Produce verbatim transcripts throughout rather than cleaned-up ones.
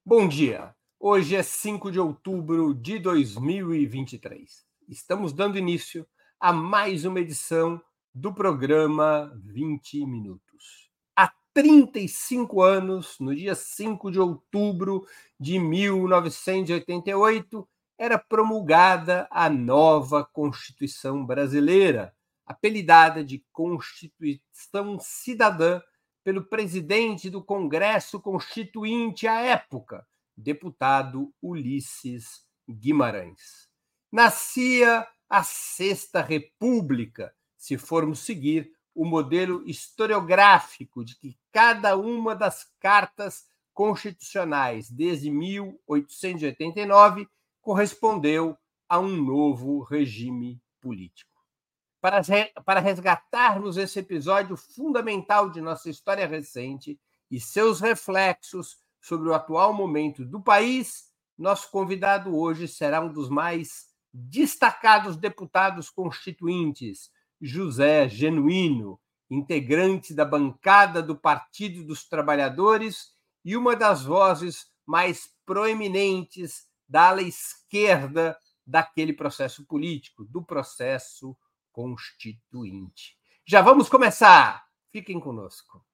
Bom dia. Hoje é cinco de outubro de dois mil e vinte e três. Estamos dando início a mais uma edição do programa vinte Minutos. Há trinta e cinco anos, no dia cinco de outubro de mil novecentos e oitenta e oito, era promulgada a nova Constituição Brasileira, apelidada de Constituição Cidadã pelo presidente do Congresso Constituinte à época, deputado Ulisses Guimarães. Nascia a Sexta República, se formos seguir o modelo historiográfico de que cada uma das cartas constitucionais desde mil oitocentos e oitenta e nove correspondeu a um novo regime político. Para, para resgatarmos esse episódio fundamental de nossa história recente e seus reflexos sobre o atual momento do país, nosso convidado hoje será um dos mais destacados deputados constituintes, José Genuíno, integrante da bancada do Partido dos Trabalhadores e uma das vozes mais proeminentes da ala esquerda daquele processo político, do processo constituinte. Já vamos começar. Fiquem conosco.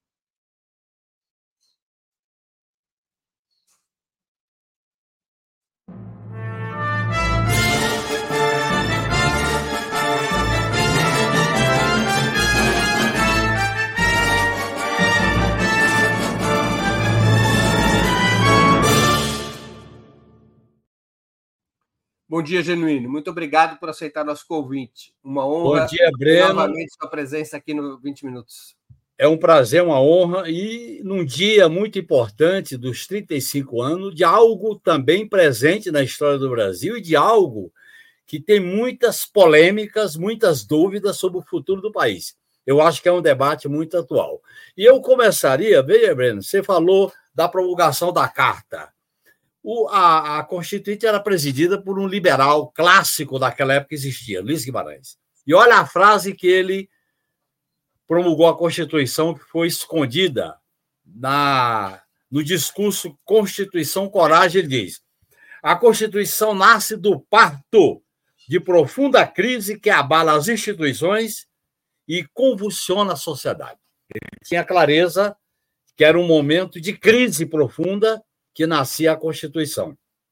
Bom dia, Genuíno. Muito obrigado por aceitar nosso convite. Uma honra. Bom dia, Breno. Novamente, sua presença aqui no vinte Minutos. É um prazer, uma honra. E num dia muito importante dos trinta e cinco anos, de algo também presente na história do Brasil e de algo que tem muitas polêmicas, muitas dúvidas sobre o futuro do país. Eu acho que é um debate muito atual. E eu começaria, veja, Breno, você falou da promulgação da Carta. O, a, a Constituinte era presidida por um liberal clássico daquela época que existia, Luiz Guimarães. E olha a frase que ele promulgou a Constituição, que foi escondida na, no discurso Constituição Coragem. Ele diz: a Constituição nasce do parto de profunda crise que abala as instituições e convulsiona a sociedade. Ele tinha clareza que era um momento de crise profunda que nascia a Constituição.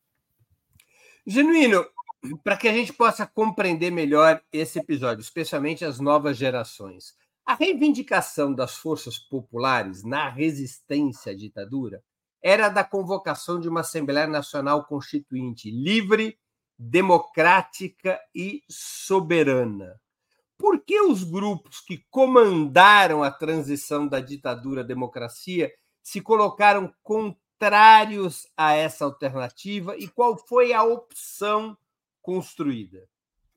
Genuíno, para que a gente possa compreender melhor esse episódio, especialmente as novas gerações, a reivindicação das forças populares na resistência à ditadura era da convocação de uma Assembleia Nacional Constituinte livre, democrática e soberana. Por que os grupos que comandaram a transição da ditadura à democracia se colocaram contra contrários a essa alternativa e qual foi a opção construída?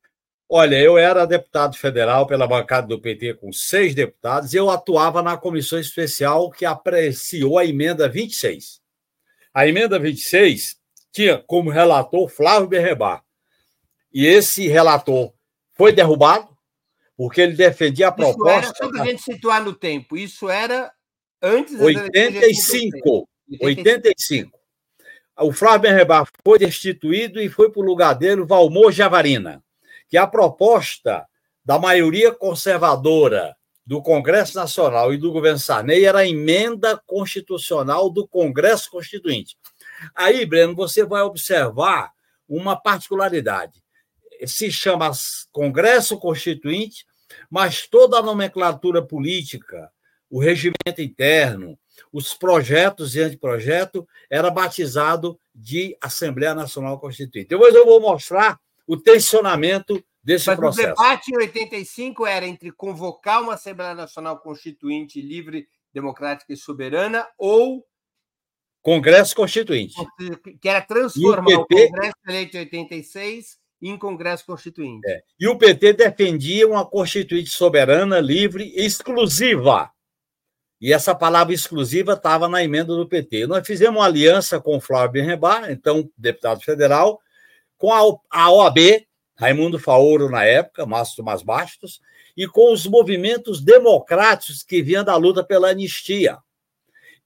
Olha, eu era deputado federal pela bancada do P T com seis deputados e eu atuava na comissão especial que apreciou a emenda vinte e seis. A emenda vinte e seis tinha como relator Flávio Benrabá. E esse relator foi derrubado porque ele defendia a isso proposta... Era, só para a gente situar no tempo, isso era antes... oitenta e cinco. oitenta e cinco. O Flávio Benrabá foi destituído e foi para o lugar dele o Valmor Javarina, que a proposta da maioria conservadora do Congresso Nacional e do governo Sarney era a emenda constitucional do Congresso Constituinte. Aí, Breno, você vai observar uma particularidade. Se chama Congresso Constituinte, mas toda a nomenclatura política, o regimento interno, os projetos e anteprojeto era batizado de Assembleia Nacional Constituinte. Depois eu vou mostrar o tensionamento desse Mas processo. O debate em oitenta e cinco era entre convocar uma Assembleia Nacional Constituinte livre, democrática e soberana ou Congresso Constituinte. Que era transformar o, P T... o Congresso eleito em oitenta e seis em Congresso Constituinte. É. E o P T defendia uma Constituinte soberana, livre e exclusiva. E essa palavra exclusiva estava na emenda do P T. Nós fizemos uma aliança com o Flávio Benrabá, então deputado federal, com a O A B, Raimundo Faoro na época, Márcio Tomás Bastos, e com os movimentos democráticos que vinham da luta pela anistia.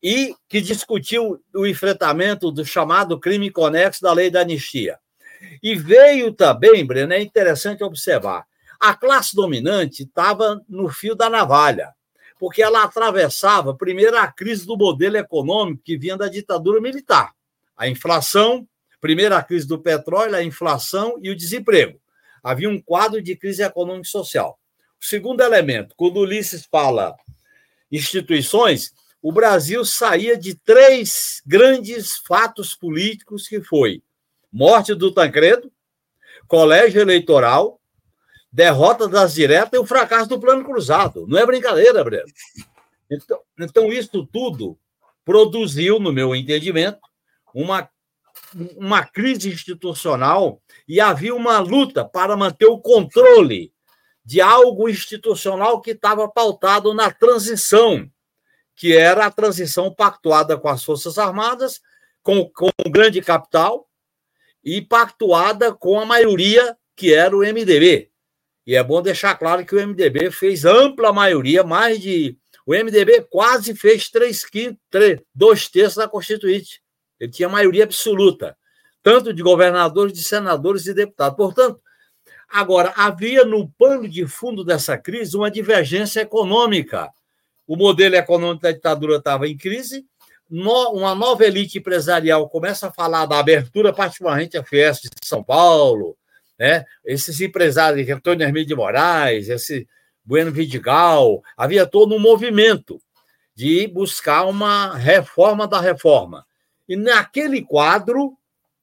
e que discutiu o enfrentamento do chamado crime conexo da lei da anistia. E veio também, Breno, é interessante observar, a classe dominante estava no fio da navalha, porque ela atravessava, primeiro, a crise do modelo econômico que vinha da ditadura militar. A inflação, primeiro a crise do petróleo, a inflação e o desemprego. Havia um quadro de crise econômica e social. O segundo elemento, quando Ulisses fala instituições, o Brasil saía de três grandes fatos políticos que foi morte do Tancredo, colégio eleitoral, derrota das diretas e o fracasso do Plano Cruzado. Não é brincadeira, Breno. Então, então isso tudo produziu, no meu entendimento, uma, uma crise institucional e havia uma luta para manter o controle de algo institucional que estava pautado na transição, que era a transição pactuada com as Forças Armadas, com, com o grande capital, e pactuada com a maioria, que era o M D B. E é bom deixar claro que o M D B fez ampla maioria, mais de... O M D B quase fez três quintos, três, dois terços da Constituinte. Ele tinha maioria absoluta, tanto de governadores, de senadores e deputados. Portanto, agora, havia no pano de fundo dessa crise uma divergência econômica. O modelo econômico da ditadura estava em crise, uma nova elite empresarial começa a falar da abertura, particularmente a Fiesp de São Paulo, né? Esses empresários, Antônio Hermídio de Moraes, esse Bueno Vidigal, havia todo um movimento de buscar uma reforma da reforma. E naquele quadro,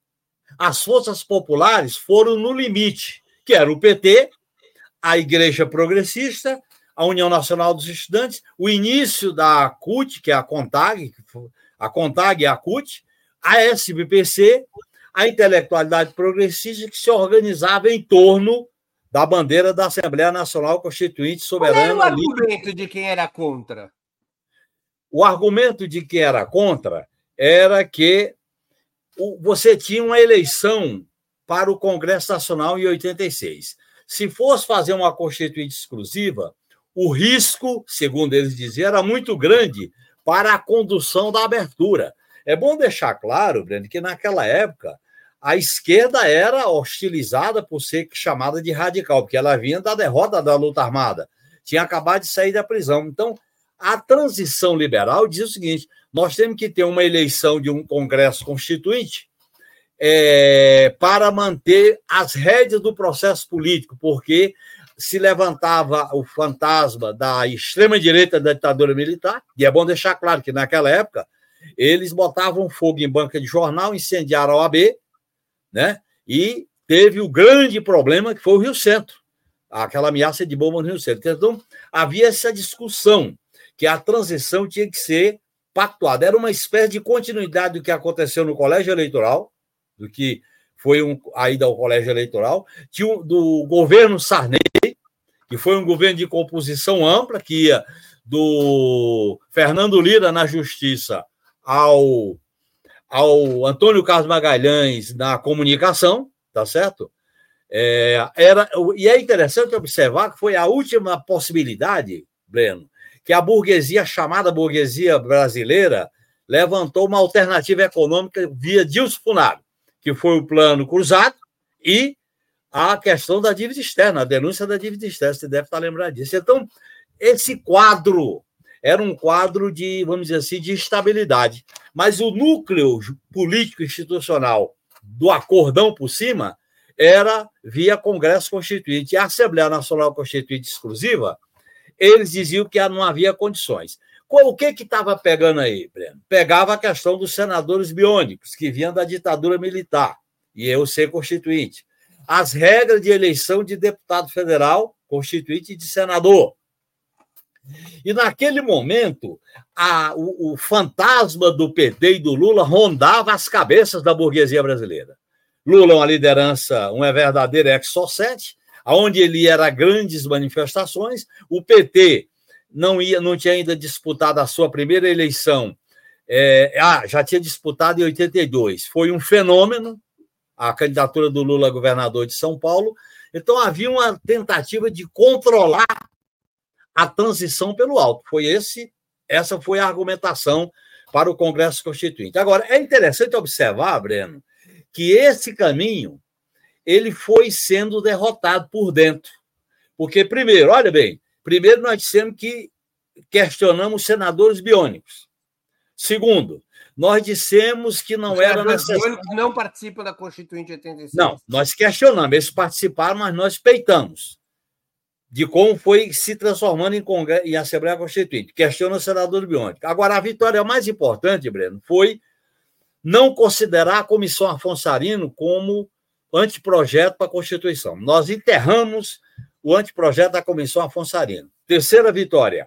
as forças populares foram no limite, que era o P T, a Igreja Progressista, a União Nacional dos Estudantes, o início da C U T, que é a CONTAG, a CONTAG e a C U T, a S B P C, a intelectualidade progressista que se organizava em torno da bandeira da Assembleia Nacional Constituinte Soberana. Qual era o argumento de quem era contra? O argumento de quem era contra era que você tinha uma eleição para o Congresso Nacional em oitenta e seis. Se fosse fazer uma Constituinte exclusiva, o risco, segundo eles diziam, era muito grande para a condução da abertura. É bom deixar claro, Breno, que naquela época a esquerda era hostilizada por ser chamada de radical, porque ela vinha da derrota da luta armada, tinha acabado de sair da prisão. Então, a transição liberal diz o seguinte: nós temos que ter uma eleição de um Congresso Constituinte é, para manter as rédeas do processo político, porque se levantava o fantasma da extrema-direita da ditadura militar, e é bom deixar claro que, naquela época, eles botavam fogo em banca de jornal, incendiaram a O A B, né? E teve o grande problema que foi o Rio Centro, aquela ameaça de bomba no Rio Centro. Então, havia essa discussão que a transição tinha que ser pactuada. Era uma espécie de continuidade do que aconteceu no colégio eleitoral, do que foi um, a ida ao colégio eleitoral, tinha um, do governo Sarney, que foi um governo de composição ampla, que ia do Fernando Lira na Justiça ao, ao Antônio Carlos Magalhães na comunicação, tá certo? É, era, e é interessante observar que foi a última possibilidade, Breno, que a burguesia, chamada burguesia brasileira, levantou uma alternativa econômica via Dilson Funaro, que foi o Plano Cruzado e a questão da dívida externa, a denúncia da dívida externa, você deve estar lembrado disso. Então, esse quadro era um quadro de, vamos dizer assim, de estabilidade. Mas o núcleo político-institucional do acordão por cima era via Congresso Constituinte. E a Assembleia Nacional Constituinte exclusiva, eles diziam que não havia condições. O que que estava pegando aí, Breno? Pegava a questão dos senadores biônicos, que vinham da ditadura militar, e eu ser constituinte. As regras de eleição de deputado federal, constituinte e de senador. E, naquele momento, a, o, o fantasma do P T e do Lula rondava as cabeças da burguesia brasileira. Lula é uma liderança, uma verdadeira ex-society, onde ele era grandes manifestações. O P T não, ia, não tinha ainda disputado a sua primeira eleição. É, ah, já tinha disputado em oitenta e dois. Foi um fenômeno, a candidatura do Lula a governador de São Paulo. Então, havia uma tentativa de controlar a transição pelo alto. Foi esse, essa foi a argumentação para o Congresso Constituinte. Agora, é interessante observar, Breno, que esse caminho ele foi sendo derrotado por dentro. Porque, primeiro, olha bem, primeiro nós dissemos que questionamos senadores biônicos. Segundo, nós dissemos que não era necessário... Os não participam da Constituinte oitenta e seis. Não, nós questionamos, eles participaram, mas nós peitamos de como foi se transformando em, Congresso, em Assembleia Constituinte. Questiona o senador biônico. Agora, a vitória mais importante, Breno, foi não considerar a Comissão Afonso Arino como anteprojeto para a Constituição. Nós enterramos o anteprojeto da Comissão Afonso Arino. Terceira vitória,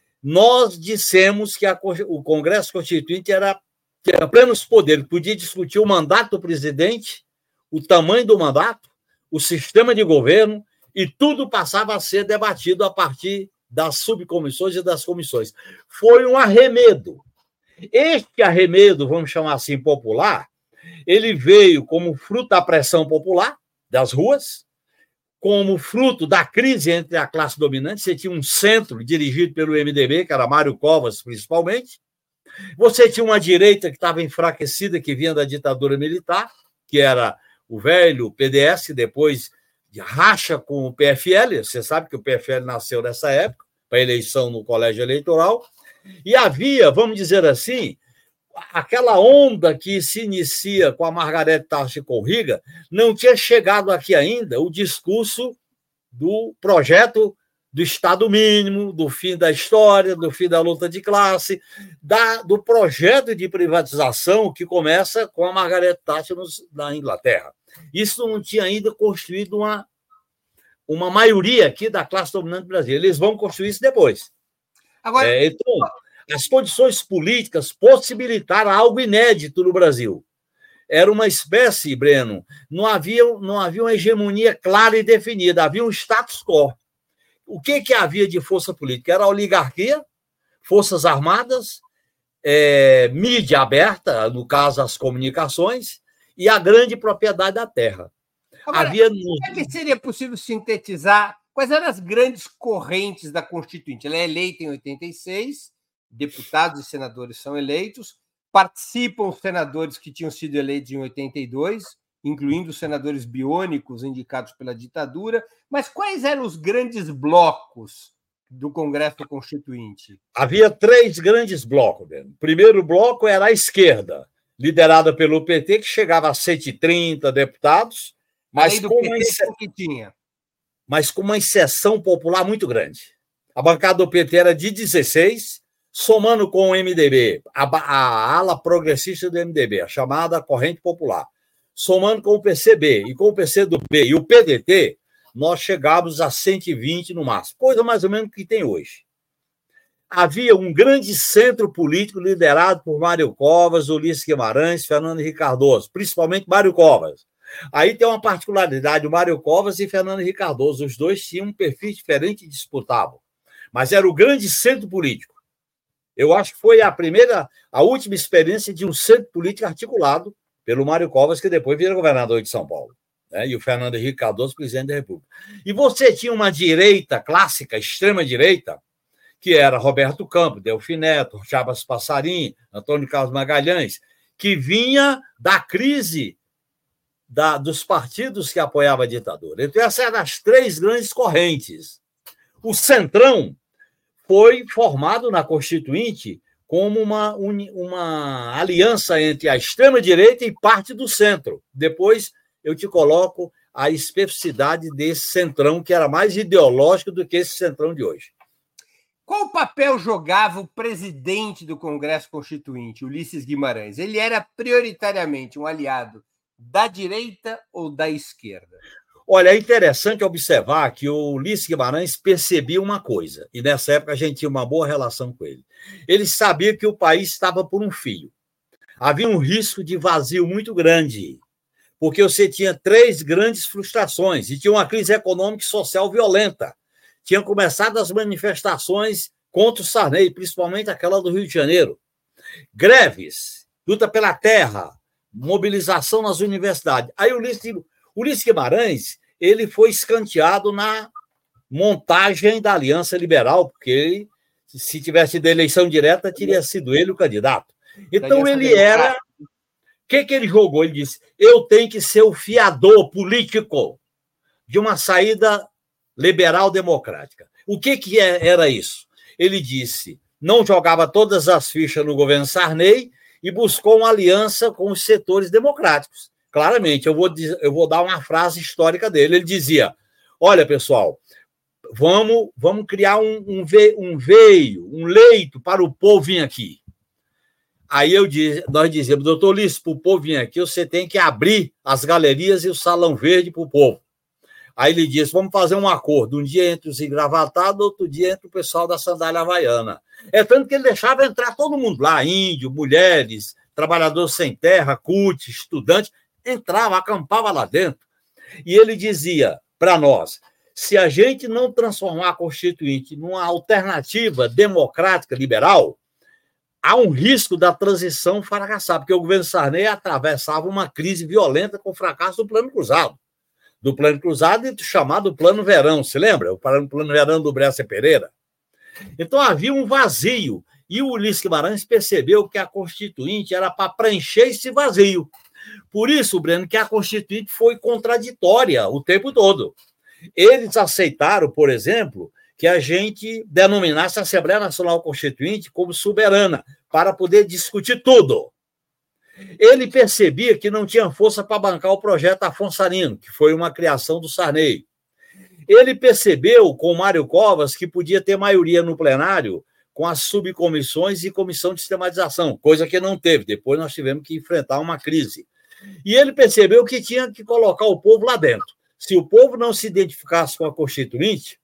nós dissemos que a, o Congresso Constituinte era, era plenos poderes, podia discutir o mandato do presidente, o tamanho do mandato, o sistema de governo, e tudo passava a ser debatido a partir das subcomissões e das comissões. Foi um arremedo. Este arremedo, vamos chamar assim, popular, ele veio como fruto da pressão popular das ruas, como fruto da crise entre a classe dominante. Você tinha um centro dirigido pelo M D B, que era Mário Covas, principalmente. Você tinha uma direita que estava enfraquecida, que vinha da ditadura militar, que era o velho P D S, depois racha com o P F L. Você sabe que o P F L nasceu nessa época, para eleição no colégio eleitoral. E havia, vamos dizer assim, aquela onda que se inicia com a Margareth Tárcio Corrêa, não tinha chegado aqui ainda o discurso do projeto do Estado mínimo, do fim da história, do fim da luta de classe, da, do projeto de privatização que começa com a Margareth Thatcher na Inglaterra. Isso não tinha ainda construído uma, uma maioria aqui da classe dominante do Brasil. Eles vão construir isso depois. Agora, é, então, as condições políticas possibilitaram algo inédito no Brasil. Era uma espécie, Breno, não havia, não havia uma hegemonia clara e definida, havia um status quo. O que, que havia de força política? Era a oligarquia, forças armadas, é, mídia aberta, no caso as comunicações, e a grande propriedade da terra. Agora, havia... Será que seria possível sintetizar quais eram as grandes correntes da Constituinte? Ela é eleita em oitenta e seis, deputados e senadores são eleitos, participam os senadores que tinham sido eleitos em oitenta e dois, incluindo os senadores biônicos indicados pela ditadura, mas quais eram os grandes blocos do Congresso Constituinte? Havia três grandes blocos. O primeiro bloco era a esquerda, liderada pelo P T, que chegava a cento e trinta deputados, mas com, uma ince... que tinha. mas com uma inserção popular muito grande. A bancada do P T era de dezesseis, somando com o M D B, a, a ala progressista do M D B, a chamada Corrente Popular, somando com o P C B e com o P C do B e o P D T, nós chegávamos a cento e vinte no máximo, coisa mais ou menos que tem hoje. Havia um grande centro político liderado por Mário Covas, Ulisses Guimarães, Fernando Henrique Cardoso, principalmente Mário Covas. Aí tem uma particularidade, o Mário Covas e Fernando Henrique Cardoso, os dois tinham um perfil diferente e disputavam, mas era o grande centro político. Eu acho que foi a primeira, a última experiência de um centro político articulado pelo Mário Covas, que depois vira governador de São Paulo, né? E o Fernando Henrique Cardoso, presidente da República. E você tinha uma direita clássica, extrema-direita, que era Roberto Campos, Delfim Neto, Chabas Passarim, Antônio Carlos Magalhães, que vinha da crise da, dos partidos que apoiavam a ditadura. Então, essas eram as três grandes correntes. O Centrão foi formado na Constituinte como uma, uma aliança entre a extrema-direita e parte do centro. Depois eu te coloco a especificidade desse centrão, que era mais ideológico do que esse centrão de hoje. Qual papel jogava o presidente do Congresso Constituinte, Ulisses Guimarães? Ele era prioritariamente um aliado da direita ou da esquerda? Olha, é interessante observar que o Ulisses Guimarães percebia uma coisa, e nessa época a gente tinha uma boa relação com ele. Ele sabia que o país estava por um fio. Havia um risco de vazio muito grande, porque você tinha três grandes frustrações e tinha uma crise econômica e social violenta. Tinham começado as manifestações contra o Sarney, principalmente aquela do Rio de Janeiro. Greves, luta pela terra, mobilização nas universidades. Aí o Ulisses, Ulisses Guimarães ele foi escanteado na montagem da Aliança Liberal, porque ele, se tivesse da eleição direta, teria sido ele o candidato. Então, ele era... O que, que ele jogou? Ele disse, eu tenho que ser o fiador político de uma saída liberal-democrática. O que, que era isso? Ele disse, não jogava todas as fichas no governo Sarney e buscou uma aliança com os setores democráticos. Claramente, eu vou, eu vou dar uma frase histórica dele. Ele dizia, olha, pessoal, vamos, vamos criar um, um, ve, um veio, um leito para o povo vir aqui. Aí eu diz, nós dizíamos, doutor Ulisses, para o povo vir aqui, você tem que abrir as galerias e o salão verde para o povo. Aí ele disse, vamos fazer um acordo, um dia entre os engravatados, outro dia entre o pessoal da sandália havaiana. É tanto que ele deixava entrar todo mundo lá, índio, mulheres, trabalhadores sem terra, C U T, estudante, entrava, acampava lá dentro. E ele dizia para nós, se a gente não transformar a Constituinte numa alternativa democrática, liberal, há um risco da transição fracassar, porque o governo Sarney atravessava uma crise violenta com o fracasso do Plano Cruzado. Do Plano Cruzado e do chamado Plano Verão, se lembra? O Plano Verão do Bresser Pereira. Então havia um vazio, e o Ulisses Guimarães percebeu que a Constituinte era para preencher esse vazio. Por isso, Breno, que a Constituinte foi contraditória o tempo todo. Eles aceitaram, por exemplo, que a gente denominasse a Assembleia Nacional Constituinte como soberana, para poder discutir tudo. Ele percebia que não tinha força para bancar o projeto Afonso Arino, que foi uma criação do Sarney. Ele percebeu, com o Mário Covas, que podia ter maioria no plenário com as subcomissões e comissão de sistematização, coisa que não teve. Depois nós tivemos que enfrentar uma crise. E ele percebeu que tinha que colocar o povo lá dentro. Se o povo não se identificasse com a Constituinte,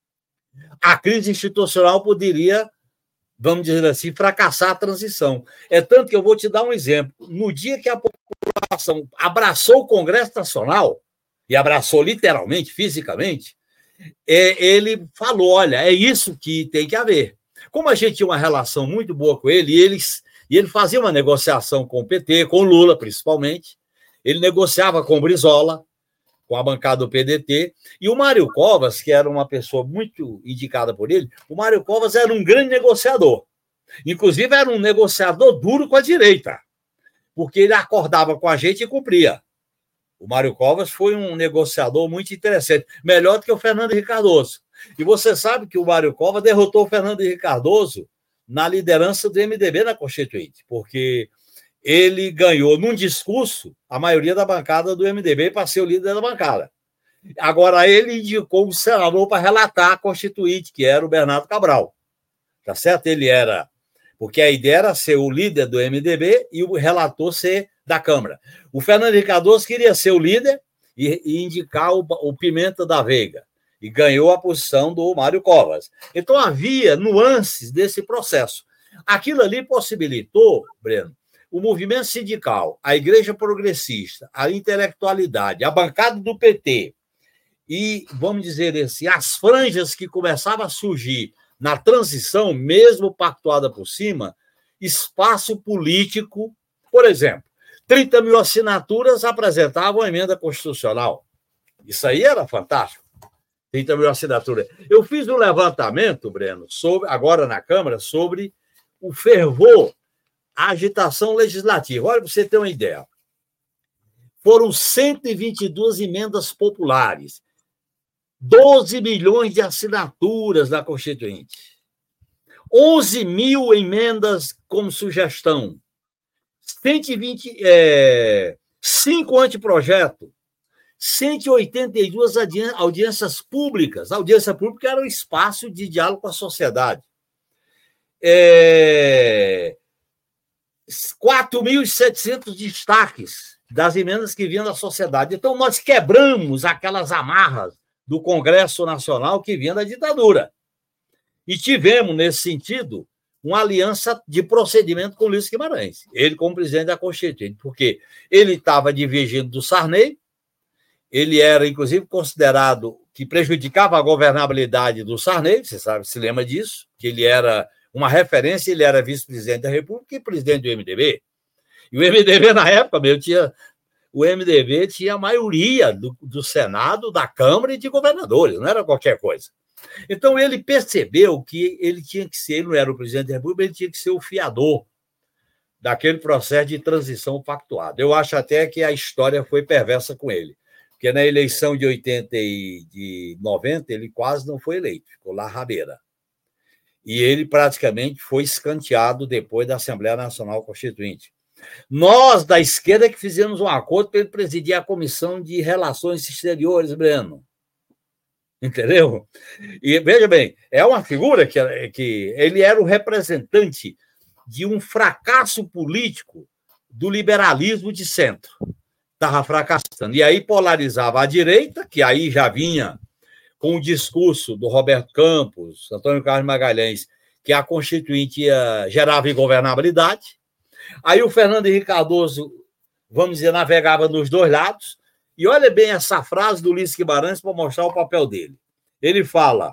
a crise institucional poderia, vamos dizer assim, fracassar a transição. É tanto que eu vou te dar um exemplo. No dia que a população abraçou o Congresso Nacional, e abraçou literalmente, fisicamente, ele falou, olha, é isso que tem que haver. Como a gente tinha uma relação muito boa com ele, e, eles, e ele fazia uma negociação com o P T, com o Lula, principalmente, ele negociava com o Brizola, com a bancada do P D T, e o Mário Covas, que era uma pessoa muito indicada por ele, o Mário Covas era um grande negociador. Inclusive, era um negociador duro com a direita, porque ele acordava com a gente e cumpria. O Mário Covas foi um negociador muito interessante, melhor do que o Fernando Henrique Cardoso. E você sabe que o Mário Covas derrotou o Fernando Henrique Cardoso na liderança do M D B na Constituinte, porque ele ganhou, num discurso, a maioria da bancada do M D B para ser o líder da bancada. Agora, ele indicou um senador para relatar a Constituinte, que era o Bernardo Cabral. Tá certo? Ele era... Porque a ideia era ser o líder do M D B e o relator ser da Câmara. O Fernando Henrique Cardoso queria ser o líder e, e indicar o, o Pimenta da Veiga. E ganhou a posição do Mário Covas. Então, havia nuances desse processo. Aquilo ali possibilitou, Breno, o movimento sindical, a Igreja Progressista, a intelectualidade, a bancada do P T e, vamos dizer assim, as franjas que começavam a surgir na transição, mesmo pactuada por cima, espaço político, por exemplo, trinta mil assinaturas apresentavam a emenda constitucional. Isso aí era fantástico. trinta mil assinaturas. Eu fiz um levantamento, Breno, sobre, agora na Câmara, sobre o fervor, a agitação legislativa. Olha, para você ter uma ideia. Foram cento e vinte e duas emendas populares, doze milhões de assinaturas da Constituinte, onze mil emendas como sugestão, cento e vinte, é, cinco anteprojetos, cento e oitenta e duas audiências públicas. A audiência pública era um espaço de diálogo com a sociedade. É, quatro mil e setecentos destaques das emendas que vinham da sociedade. Então, nós quebramos aquelas amarras do Congresso Nacional que vinha da ditadura. E tivemos, nesse sentido, uma aliança de procedimento com Ulisses Guimarães, ele como presidente da Constituinte, porque ele estava divergindo do Sarney, ele era, inclusive, considerado que prejudicava a governabilidade do Sarney, você sabe, se lembra disso, que ele era uma referência, ele era vice-presidente da República e presidente do M D B. E o M D B, na época, meu, tinha, o M D B tinha a maioria do, do Senado, da Câmara e de governadores, não era qualquer coisa. Então, ele percebeu que ele tinha que ser, ele não era o presidente da República, ele tinha que ser o fiador daquele processo de transição pactuado. Eu acho até que a história foi perversa com ele, porque na eleição de oitenta e de noventa ele quase não foi eleito, ficou lá rabeira. E ele praticamente foi escanteado depois da Assembleia Nacional Constituinte. Nós, da esquerda, que fizemos um acordo para ele presidir a Comissão de Relações Exteriores, Breno. Entendeu? E, veja bem, é uma figura que, que ele era o representante de um fracasso político do liberalismo de centro. Estava fracassando. E aí polarizava a direita, que aí já vinha com o discurso do Roberto Campos, Antônio Carlos Magalhães, que a Constituinte ia, gerava ingovernabilidade. Aí o Fernando Henrique Cardoso, vamos dizer, navegava nos dois lados. E olha bem essa frase do Ulisses Guimarães para mostrar o papel dele. Ele fala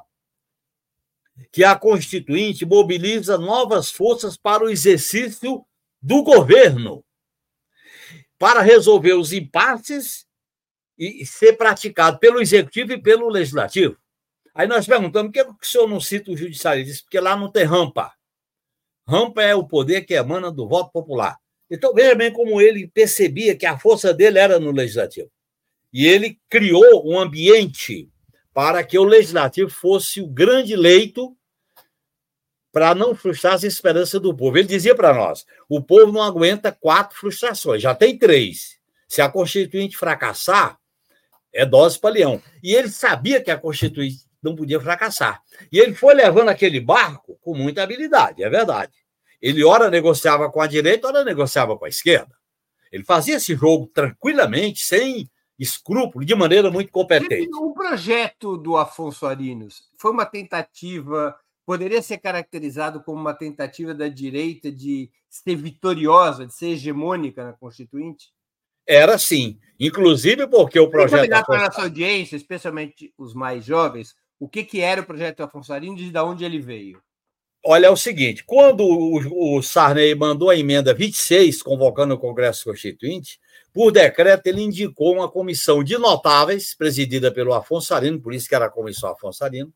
que a Constituinte mobiliza novas forças para o exercício do governo, para resolver os impasses e ser praticado pelo Executivo e pelo Legislativo. Aí nós perguntamos, por que o senhor não cita o Judiciário? Ele disse, porque lá não tem rampa. Rampa é o poder que emana do voto popular. Então, veja bem como ele percebia que a força dele era no Legislativo. E ele criou um ambiente para que o Legislativo fosse o grande leito para não frustrar as esperanças do povo. Ele dizia para nós, o povo não aguenta quatro frustrações, já tem três. Se a Constituinte fracassar, é dose para leão. E ele sabia que a Constituinte não podia fracassar. E ele foi levando aquele barco com muita habilidade, é verdade. Ele ora negociava com a direita, ora negociava com a esquerda. Ele fazia esse jogo tranquilamente, sem escrúpulo, de maneira muito competente. O projeto do Afonso Arinos foi uma tentativa, poderia ser caracterizado como uma tentativa da direita de ser vitoriosa, de ser hegemônica na Constituinte? Era sim, inclusive porque o projeto... Tem que para a nossa audiência, especialmente os mais jovens, o que, que era o projeto Afonso Arinos e de onde ele veio? Olha, é o seguinte, quando o, o Sarney mandou a emenda vinte e seis, convocando o Congresso Constituinte, por decreto ele indicou uma comissão de notáveis, presidida pelo Afonso Arinos, por isso que era a comissão Afonso Arinos,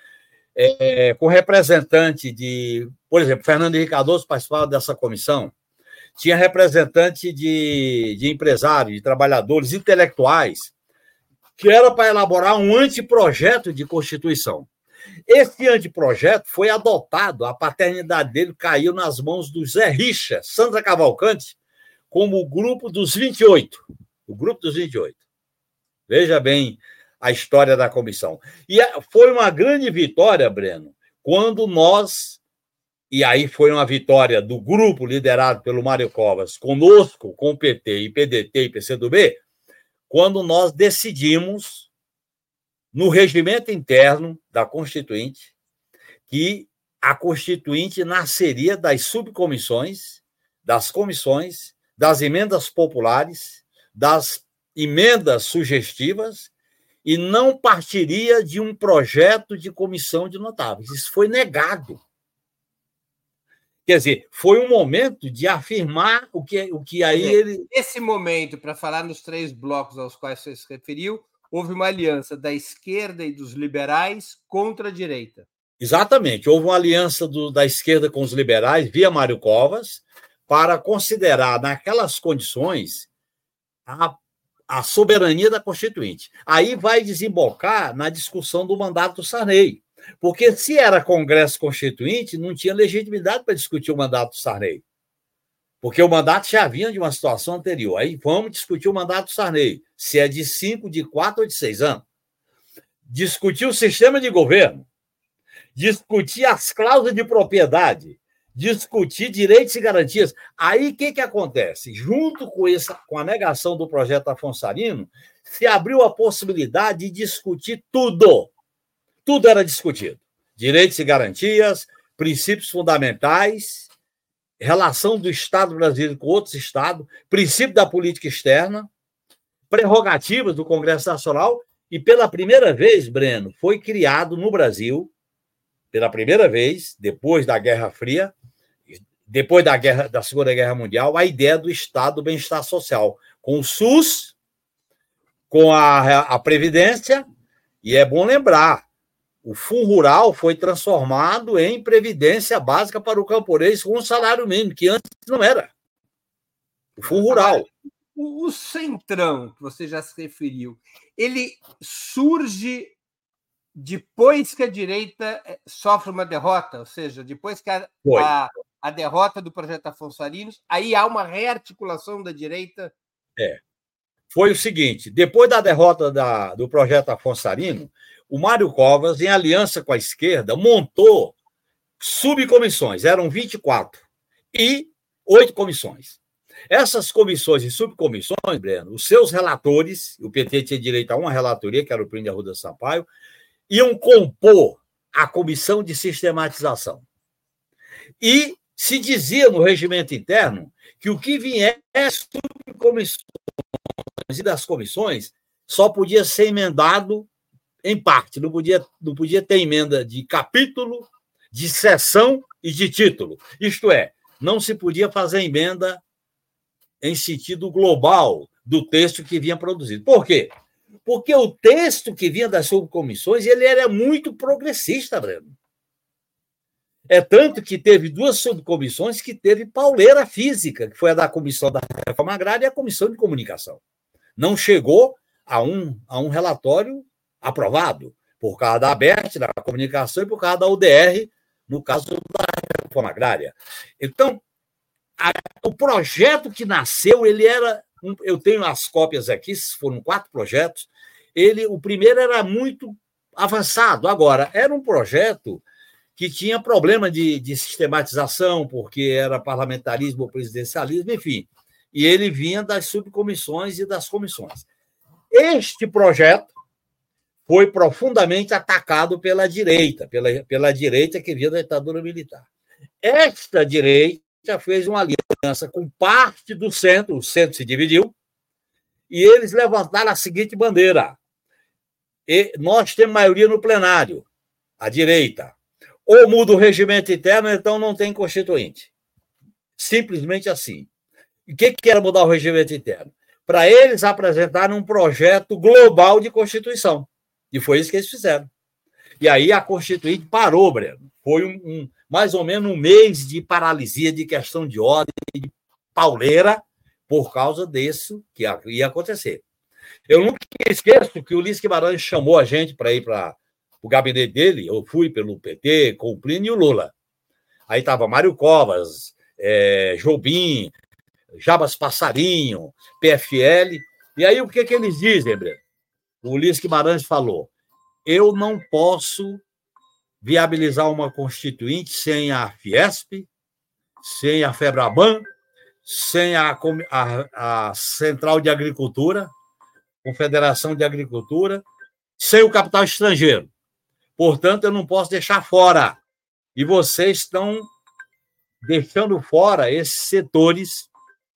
é, com representante de, por exemplo, Fernando Henrique Cardoso participava dessa comissão, tinha representante de, de empresários, de trabalhadores, intelectuais, que era para elaborar um anteprojeto de Constituição. Esse anteprojeto foi adotado, a paternidade dele caiu nas mãos do Zé Richa, Sandra Cavalcante, como o grupo dos vinte e oito. O grupo dos vinte e oito. Veja bem a história da comissão. E foi uma grande vitória, Breno, quando nós, e aí foi uma vitória do grupo liderado pelo Mário Covas, conosco, com o P T, e P D T e P C do B, quando nós decidimos, no regimento interno da Constituinte, que a Constituinte nasceria das subcomissões, das comissões, das emendas populares, das emendas sugestivas, e não partiria de um projeto de comissão de notáveis. Isso foi negado. Quer dizer, foi um momento de afirmar o que, o que aí dizer, ele... Nesse momento, para falar nos três blocos aos quais você se referiu, houve uma aliança da esquerda e dos liberais contra a direita. Exatamente. Houve uma aliança do, da esquerda com os liberais, via Mário Covas, para considerar, naquelas condições, a, a soberania da Constituinte. Aí vai desembocar na discussão do mandato do Sarney. Porque se era Congresso Constituinte, não tinha legitimidade para discutir o mandato do Sarney. Porque o mandato já vinha de uma situação anterior. Aí vamos discutir o mandato do Sarney, se é de cinco, de quatro ou de seis anos. Discutir o sistema de governo, discutir as cláusulas de propriedade, discutir direitos e garantias. Aí o que, que acontece? Junto com, essa, com a negação do projeto Afonso Arinos, se abriu a possibilidade de discutir tudo. Tudo era discutido. Direitos e garantias, princípios fundamentais, relação do Estado brasileiro com outros estados, princípio da política externa, prerrogativas do Congresso Nacional, e pela primeira vez, Breno, foi criado no Brasil, pela primeira vez, depois da Guerra Fria, depois da, guerra, da Segunda Guerra Mundial, a ideia do Estado do Bem-Estar Social, com o SUS, com a, a Previdência, e é bom lembrar, o Fundo Rural foi transformado em previdência básica para o camponês com um salário mínimo, que antes não era. o Fundo Rural. Agora, o, o Centrão, que você já se referiu, ele surge depois que a direita sofre uma derrota, ou seja, depois que a, a, a derrota do projeto Afonso Arinos, aí há uma rearticulação da direita? É. Foi o seguinte, depois da derrota da, do projeto Afonso Arinos, o Mário Covas, em aliança com a esquerda, montou subcomissões, eram vinte e quatro, e oito comissões. Essas comissões e subcomissões, Breno, os seus relatores, o P T tinha direito a uma relatoria, que era o Plínio Arruda Sampaio, iam compor a comissão de sistematização. E se dizia no regimento interno que o que viesse subcomissões e das comissões só podia ser emendado em parte, não podia, não podia ter emenda de capítulo, de seção e de título. Isto é, não se podia fazer emenda em sentido global do texto que vinha produzido. Por quê? Porque o texto que vinha das subcomissões ele era muito progressista, Breno. É tanto que teve duas subcomissões que teve pauleira física, que foi a da Comissão da Reforma Agrária e a Comissão de Comunicação. Não chegou a um, a um relatório aprovado, por causa da ABERT, da comunicação, e por causa da U D R, no caso da Reforma Agrária. Então, a, o projeto que nasceu, ele era... Eu tenho as cópias aqui, foram quatro projetos. Ele, o primeiro era muito avançado. Agora, era um projeto que tinha problema de, de sistematização, porque era parlamentarismo ou presidencialismo, enfim. E ele vinha das subcomissões e das comissões. Este projeto foi profundamente atacado pela direita, pela, pela direita que vinha da ditadura militar. Esta direita fez uma aliança com parte do centro, o centro se dividiu, e eles levantaram a seguinte bandeira: e nós temos maioria no plenário, a direita. Ou muda o regimento interno, então não tem constituinte. Simplesmente assim. E o que, que era mudar o regimento interno? Para eles apresentarem um projeto global de Constituição. E foi isso que eles fizeram. E aí a Constituinte parou, Breno. Foi um, um, mais ou menos um mês de paralisia, de questão de ordem, de pauleira, por causa disso que ia acontecer. Eu nunca esqueço que o Ulisses Guimarães chamou a gente para ir para o gabinete dele. Eu fui pelo P T, com o Plínio e o Lula. Aí estava Mário Covas, é, Jobim, Jabas Passarinho, P F L. E aí o que, que eles dizem, Breno? O Ulisses Guimarães falou: eu não posso viabilizar uma constituinte sem a Fiesp, sem a FEBRABAN, sem a, a, a Central de Agricultura, Confederação de Agricultura, sem o capital estrangeiro. Portanto, eu não posso deixar fora. E vocês estão deixando fora esses setores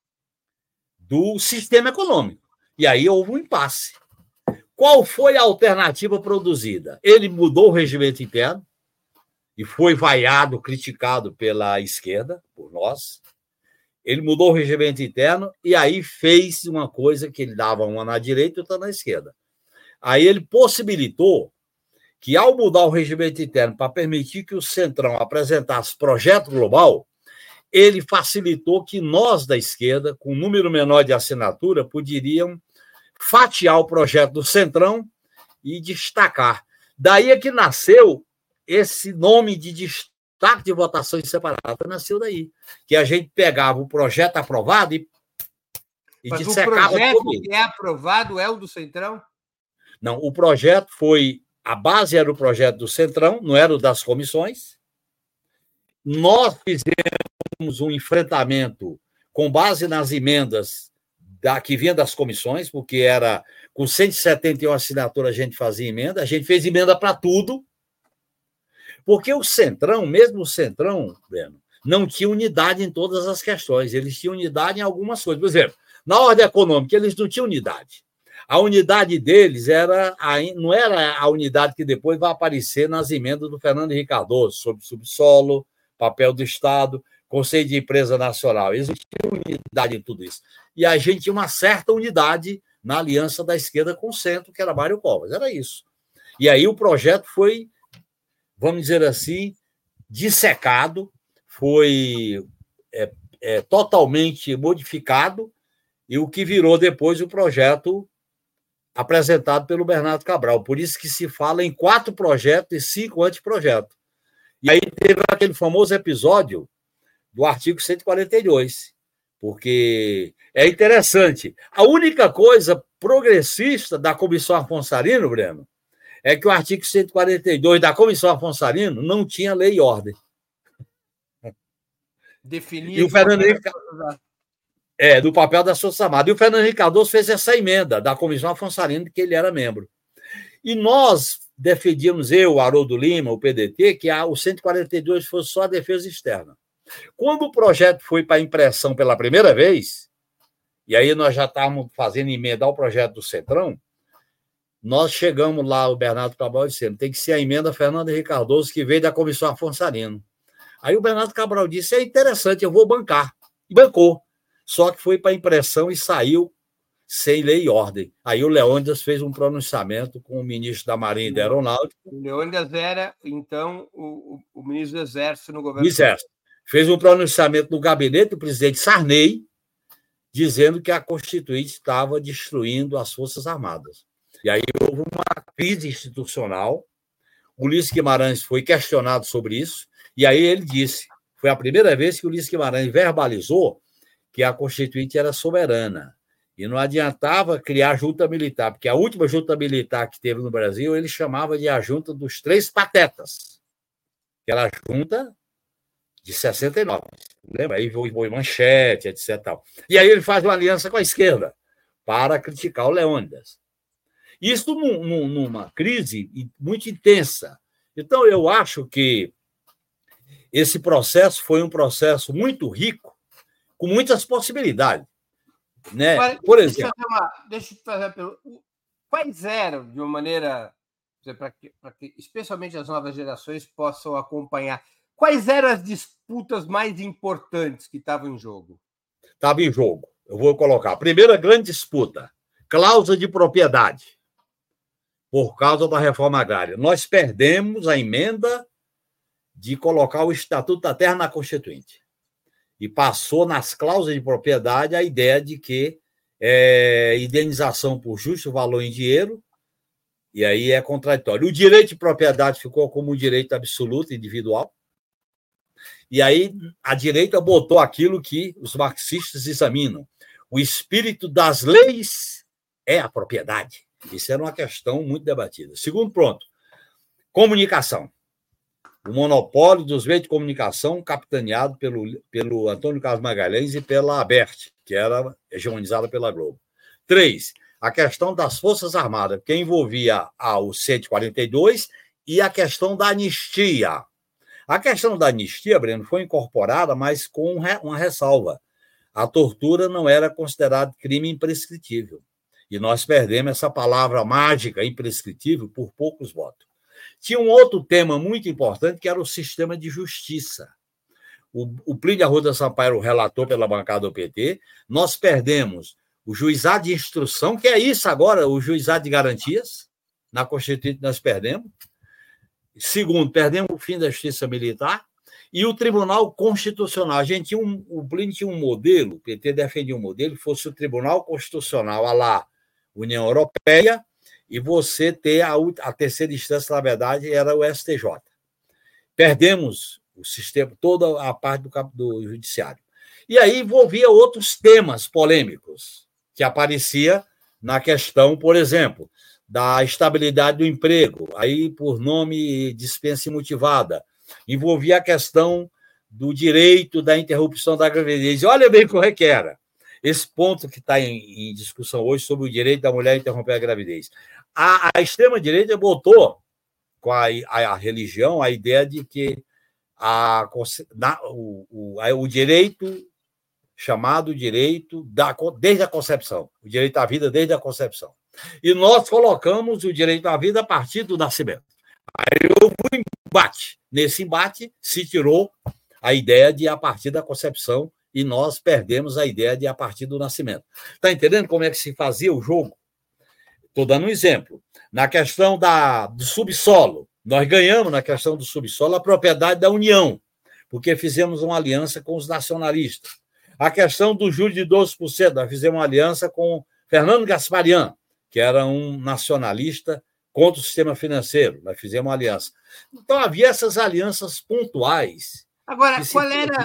do sistema econômico. E aí houve um impasse. Qual foi a alternativa produzida? Ele mudou o regimento interno e foi vaiado, criticado pela esquerda, por nós. Ele mudou o regimento interno e aí fez uma coisa que ele dava uma na direita e outra na esquerda. Aí ele possibilitou que, ao mudar o regimento interno para permitir que o Centrão apresentasse projeto global, ele facilitou que nós, da esquerda, com um número menor de assinatura, poderíamos fatiar o projeto do Centrão e destacar. Daí é que nasceu esse nome de destaque de votações separadas. Nasceu daí, que a gente pegava o projeto aprovado e, e Mas dissecava o projeto tudo. que é aprovado é o do Centrão? Não, o projeto foi... A base era o projeto do Centrão, não era o das comissões. Nós fizemos um enfrentamento com base nas emendas da, que vinha das comissões, porque era com cento e setenta e uma assinaturas a gente fazia emenda, a gente fez emenda para tudo, porque o Centrão, mesmo o Centrão, Breno, não tinha unidade em todas as questões, eles tinham unidade em algumas coisas. Por exemplo, na ordem econômica, eles não tinham unidade. A unidade deles era a, não era a unidade que depois vai aparecer nas emendas do Fernando Henrique Cardoso, sobre subsolo, papel do Estado, Conselho de Empresa Nacional. Eles não tinham unidade em tudo isso. E a gente tinha uma certa unidade na aliança da esquerda com o centro, que era Mário Covas. Era isso. E aí o projeto foi, vamos dizer assim, dissecado, foi é, é, totalmente modificado e o que virou depois o projeto apresentado pelo Bernardo Cabral. Por isso que se fala em quatro projetos e cinco anteprojetos. E aí teve aquele famoso episódio do artigo cento e quarenta e dois, porque é interessante. A única coisa progressista da Comissão Afonso Arino, Breno, é que o artigo cento e quarenta e dois da Comissão Afonso Arino não tinha lei e ordem. Definia e o Fernando Henrique... É, do papel das Forças Armadas. E o Fernando Henrique Cardoso fez essa emenda da Comissão Afonso Arino, de que ele era membro. E nós defendíamos, eu, o Haroldo Lima, o P D T, que a, o cento e quarenta e dois fosse só a defesa externa. Quando o projeto foi para impressão pela primeira vez, e aí nós já estávamos fazendo emenda ao projeto do Centrão, nós chegamos lá, o Bernardo Cabral dizendo, tem que ser a emenda Fernando Henrique Cardoso, que veio da Comissão Afonso Arino. Aí o Bernardo Cabral disse, é interessante, eu vou bancar. E bancou. Só que foi para impressão e saiu sem lei e ordem. Aí o Leônidas fez um pronunciamento com o ministro da Marinha e da Aeronáutica. O Leônidas era, então, o, o, o ministro do Exército no governo. Exército. Fez um pronunciamento no gabinete do presidente Sarney, dizendo que a Constituinte estava destruindo as Forças Armadas. E aí houve uma crise institucional. O Ulisses Guimarães foi questionado sobre isso, e aí ele disse, foi a primeira vez que o Ulisses Guimarães verbalizou que a Constituinte era soberana. E não adiantava criar junta militar, porque a última junta militar que teve no Brasil, ele chamava de a junta dos três patetas, que era a junta de sessenta e nove. Lembra? Aí foi Manchete, etcétera. E aí ele faz uma aliança com a esquerda para criticar o Leônidas. Isso num, numa crise muito intensa. Então, eu acho que esse processo foi um processo muito rico, com muitas possibilidades. Né? Mas, por exemplo. Deixa eu te fazer uma pergunta. Quais eram, de uma maneira, para que, que especialmente as novas gerações possam acompanhar, quais eram as disputas mais importantes que estavam em jogo? Estava em jogo. Eu vou colocar. A primeira grande disputa, cláusula de propriedade, por causa da reforma agrária. Nós perdemos a emenda de colocar o Estatuto da Terra na Constituinte. E passou nas cláusulas de propriedade a ideia de que é, indenização por justo valor em dinheiro, e aí é contraditório. O direito de propriedade ficou como um direito absoluto, individual, e aí a direita botou aquilo que os marxistas examinam. O espírito das leis é a propriedade. Isso era uma questão muito debatida. Segundo ponto, comunicação. O monopólio dos meios de comunicação capitaneado pelo, pelo Antônio Carlos Magalhães e pela Aberte, que era hegemonizada pela Globo. Três, a questão das Forças Armadas, que envolvia o cento e quarenta e dois e a questão da anistia. A questão da anistia, Breno, foi incorporada, mas com uma ressalva. A tortura não era considerada crime imprescritível. E nós perdemos essa palavra mágica, imprescritível, por poucos votos. Tinha um outro tema muito importante, que era o sistema de justiça. O, o Plínio Arruda Sampaio era o relator pela bancada do P T. Nós perdemos o juizado de instrução, que é isso agora, o juizado de garantias. Na Constituinte nós perdemos. Segundo, perdemos o fim da justiça militar. E o Tribunal Constitucional. A gente tinha um, o Plínio tinha um modelo, o P T defendia um modelo, que fosse o Tribunal Constitucional, a lá, União Europeia, e você ter a, a terceira instância, na verdade, era o S T J. Perdemos o sistema, toda a parte do, do judiciário. E aí envolvia outros temas polêmicos que aparecia na questão, por exemplo, da estabilidade do emprego, aí por nome dispensa imotivada. Envolvia a questão do direito da interrupção da gravidez. E olha bem como é que era. Esse ponto que está em, em discussão hoje sobre o direito da mulher a interromper a gravidez. A, a extrema-direita botou com a, a, a religião a ideia de que a, na, o, o, a, o direito, chamado direito da, desde a concepção, o direito à vida desde a concepção. E nós colocamos o direito à vida a partir do nascimento. Aí houve um embate. Nesse embate se tirou a ideia de a partir da concepção e nós perdemos a ideia de a partir do nascimento. Está entendendo como é que se fazia o jogo? Estou dando um exemplo. Na questão da, do subsolo, nós ganhamos na questão do subsolo a propriedade da União, porque fizemos uma aliança com os nacionalistas. A questão do juro de doze por cento, nós fizemos uma aliança com Fernando Gasparian, que era um nacionalista contra o sistema financeiro. Nós fizemos uma aliança. Então, havia essas alianças pontuais. Agora, qual era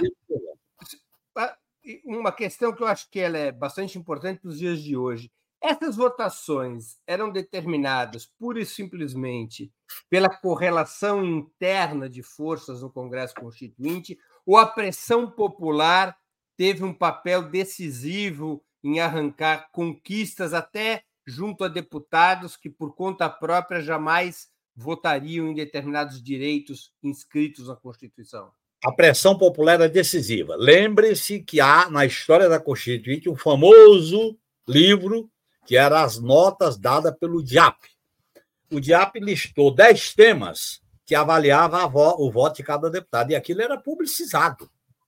uma questão que eu acho que ela é bastante importante para os dias de hoje? Essas votações eram determinadas pura e simplesmente pela correlação interna de forças no Congresso Constituinte, ou a pressão popular teve um papel decisivo em arrancar conquistas até junto a deputados que, por conta própria, jamais votariam em determinados direitos inscritos na Constituição? A pressão popular é decisiva. Lembre-se que há, na história da Constituinte, um famoso livro que era as notas dadas pelo D I A P. O D I A P listou dez temas que avaliava o voto de cada deputado, e aquilo era publicizado.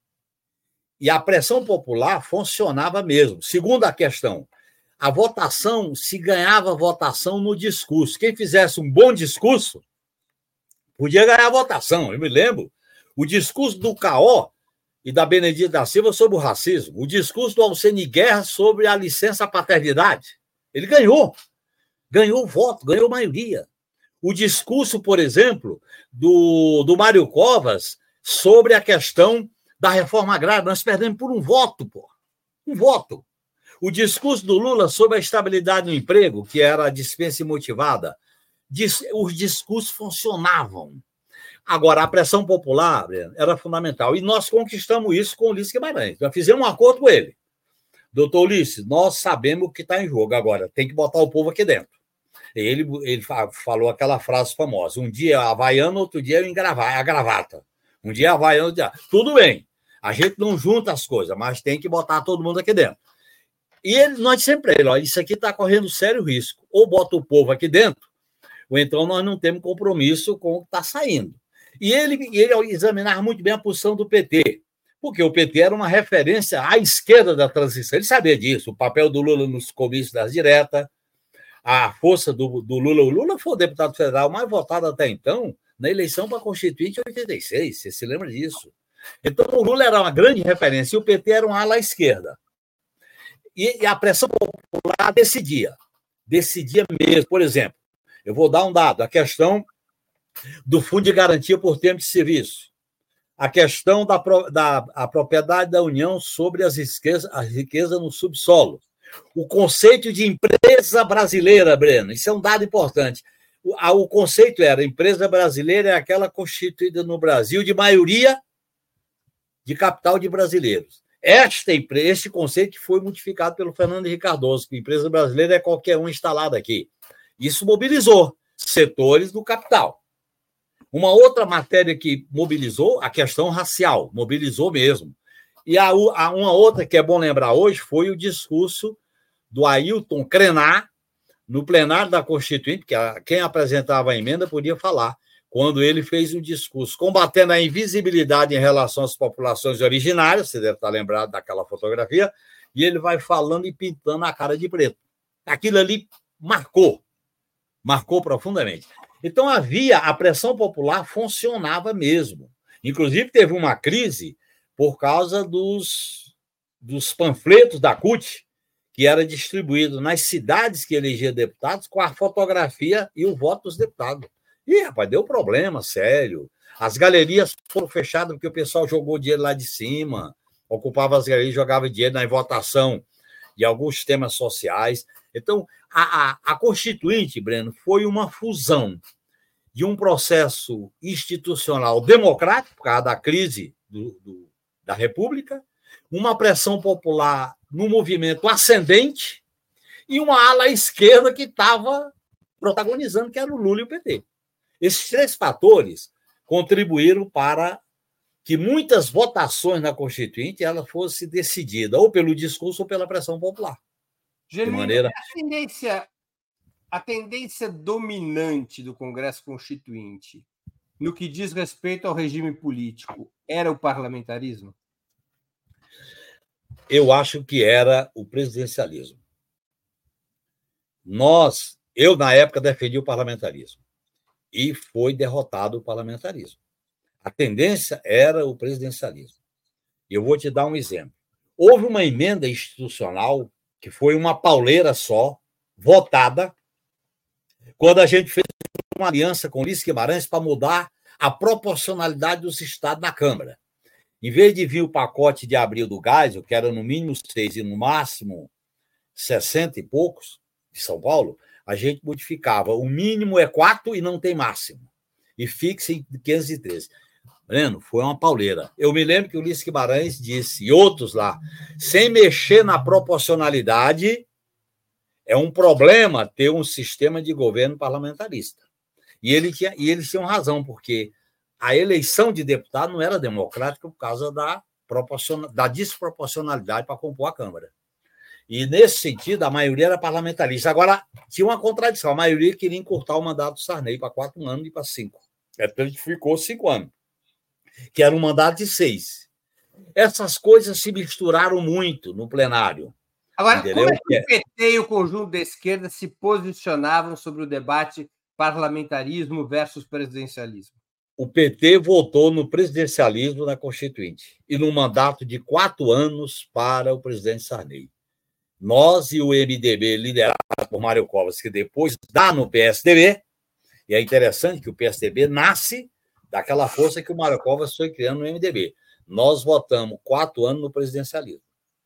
E a pressão popular funcionava mesmo. Segunda questão, a votação, se ganhava votação no discurso. Quem fizesse um bom discurso podia ganhar votação. Eu me lembro, o discurso do Caó e da Benedita da Silva sobre o racismo, o discurso do Alcene Guerra sobre a licença-paternidade. Ele ganhou, ganhou voto, ganhou maioria. O discurso, por exemplo, do, do Mário Covas sobre a questão da reforma agrária, nós perdemos por um voto, pô. Um voto. O discurso do Lula sobre a estabilidade no emprego, que era a dispensa imotivada, os discursos funcionavam. Agora, a pressão popular era fundamental. E nós conquistamos isso com o Ulisses Guimarães. Nós fizemos um acordo com ele. Doutor Ulisses, nós sabemos o que está em jogo agora, tem que botar o povo aqui dentro. Ele, ele falou aquela frase famosa, um dia é havaiano, outro dia é a gravata. Um dia é havaiano, outro dia... Tudo bem, a gente não junta as coisas, mas tem que botar todo mundo aqui dentro. E ele, nós sempre ele, ó, isso aqui está correndo sério risco. Ou bota o povo aqui dentro, ou então nós não temos compromisso com o que está saindo. E ele, ele ao examinar muito bem a posição do P T, porque o P T era uma referência à esquerda da transição. Ele sabia disso, o papel do Lula nos comícios das diretas, a força do, do Lula. O Lula foi o deputado federal mais votado até então na eleição para a Constituinte em oitenta e seis, você se lembra disso? Então, o Lula era uma grande referência e o P T era um ala à esquerda. E, e a pressão popular decidia, decidia mesmo. Por exemplo, eu vou dar um dado, a questão do Fundo de Garantia por Tempo de Serviço, a questão da, da a propriedade da União sobre as riquezas, a riqueza no subsolo, o conceito de empresa brasileira, Breno, isso é um dado importante. O, a, o conceito era, empresa brasileira é aquela constituída no Brasil de maioria de capital de brasileiros. Esta, este conceito foi modificado pelo Fernando Henrique Cardoso, que empresa brasileira é qualquer um instalado aqui. Isso mobilizou setores do capital. Uma outra matéria que mobilizou, a questão racial, mobilizou mesmo. E a, a, uma outra que é bom lembrar hoje foi o discurso do Ailton Krenar, no plenário da Constituinte, que a, quem apresentava a emenda podia falar, quando ele fez um discurso combatendo a invisibilidade em relação às populações originárias, você deve estar lembrado daquela fotografia, e ele vai falando e pintando a cara de preto. Aquilo ali marcou, marcou profundamente. Então, havia, a pressão popular funcionava mesmo. Inclusive, teve uma crise por causa dos, dos panfletos da C U T, que era distribuído nas cidades que elegia deputados com a fotografia e o voto dos deputados. E, rapaz, deu problema, sério. As galerias foram fechadas porque o pessoal jogou dinheiro lá de cima, ocupava as galerias, jogava dinheiro na votação de alguns temas sociais. Então, a, a, a Constituinte, Breno, foi uma fusão de um processo institucional democrático, por causa da crise do, do, da República, uma pressão popular no movimento ascendente e uma ala esquerda que estava protagonizando, que era o Lula e o P T. Esses três fatores contribuíram para que muitas votações na Constituinte ela fosse decidida ou pelo discurso ou pela pressão popular. Genuíno, de maneira... a, tendência, a tendência dominante do Congresso Constituinte no que diz respeito ao regime político era o parlamentarismo? Eu acho que era o presidencialismo. Nós, eu, na época, defendi o parlamentarismo. E foi derrotado o parlamentarismo. A tendência era o presidencialismo. E eu vou te dar um exemplo. houve uma emenda institucional, que foi uma pauleira só, votada, quando a gente fez uma aliança com Ulisses Guimarães para mudar a proporcionalidade dos estados na Câmara. Em vez de vir o pacote de abril do Geisel, que era no mínimo seis e no máximo sessenta e poucos, de São Paulo, a gente modificava. O mínimo é quatro e não tem máximo. E fixa em quinhentos e treze. Breno, foi uma pauleira. Eu me lembro que o Ulisses Guimarães disse, e outros lá, sem mexer na proporcionalidade, é um problema ter um sistema de governo parlamentarista. E, ele tinha, e eles tinham razão, porque a eleição de deputado não era democrática por causa da, da desproporcionalidade para compor a Câmara. E, nesse sentido, a maioria era parlamentarista. Agora, tinha uma contradição. A maioria queria encurtar o mandato do Sarney para quatro anos e para cinco. Então, ele ficou cinco anos, que era um mandato de seis. Essas coisas se misturaram muito no plenário. Agora, entendeu? Como é que o P T e o conjunto da esquerda se posicionavam sobre o debate parlamentarismo versus presidencialismo? O P T votou no presidencialismo na Constituinte e no mandato de quatro anos para o presidente Sarney. Nós e o M D B, liderado por Mário Covas, que depois dá no P S D B, e é interessante que o P S D B nasce daquela força que o Mário Covas foi criando no M D B. Nós votamos quatro anos no presidencialismo.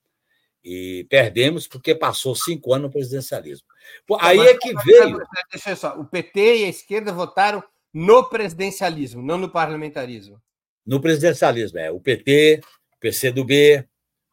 E perdemos porque passou cinco anos no presidencialismo. Aí é que veio... Deixa eu só, o P T e a esquerda votaram no presidencialismo, não no parlamentarismo. No presidencialismo, é. O P T, o P C do B,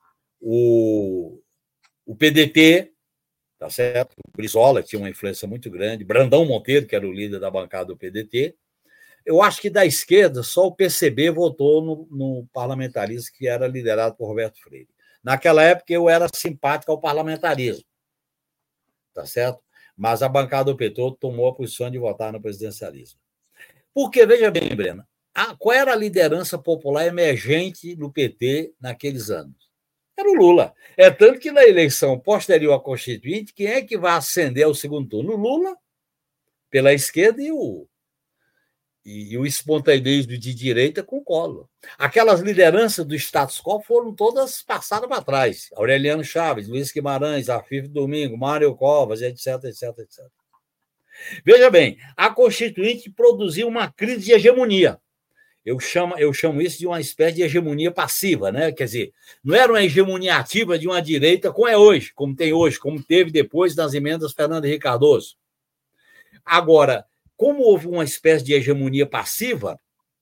o, o P D T, tá certo? O Brizola tinha uma influência muito grande, Brandão Monteiro, que era o líder da bancada do P D T. Eu acho que da esquerda, só o P C B votou no, no parlamentarismo, que era liderado por Roberto Freire. Naquela época, eu era simpático ao parlamentarismo, tá certo? Mas a bancada do P T tomou a posição de votar no presidencialismo. Porque, veja bem, Breno, a, qual era a liderança popular emergente no P T naqueles anos? Era o Lula. É tanto que na eleição posterior à Constituinte, quem é que vai ascender ao segundo turno? O Lula, pela esquerda, e o, e, e o espontaneismo de direita com o Collor. Aquelas lideranças do status quo foram todas passadas para trás. Aureliano Chaves, Luiz Guimarães, Afif Domingo, Mário Covas, etc, etc, etcétera. Veja bem, a Constituinte produziu uma crise de hegemonia. Eu chamo, eu chamo isso de uma espécie de hegemonia passiva, né? Quer dizer, não era uma hegemonia ativa de uma direita como é hoje, como tem hoje, como teve depois das emendas Fernando Henrique Cardoso. Agora, como houve uma espécie de hegemonia passiva,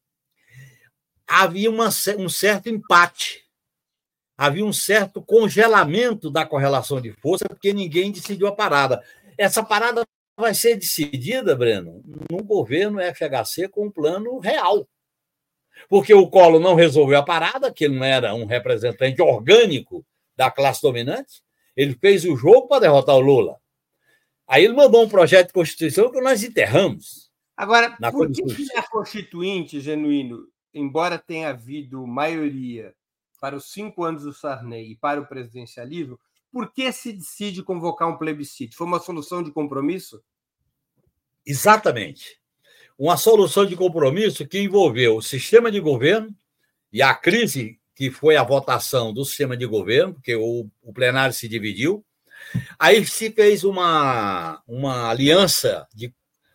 havia uma, um certo empate, havia um certo congelamento da correlação de força, porque ninguém decidiu a parada. Essa parada vai ser decidida, Breno, no governo F H C com um plano real. Porque o Collor não resolveu a parada, que ele não era um representante orgânico da classe dominante, ele fez o jogo para derrotar o Lula. Aí ele mandou um projeto de Constituição que nós enterramos. Agora, por que, que a Constituinte, Genuíno, embora tenha havido maioria para os cinco anos do Sarney e para o presidencialismo, por que se decide convocar um plebiscito? Foi uma solução de compromisso? Exatamente. Uma solução de compromisso que envolveu o sistema de governo e a crise que foi a votação do sistema de governo, porque o, o plenário se dividiu. Aí se fez uma, uma aliança de,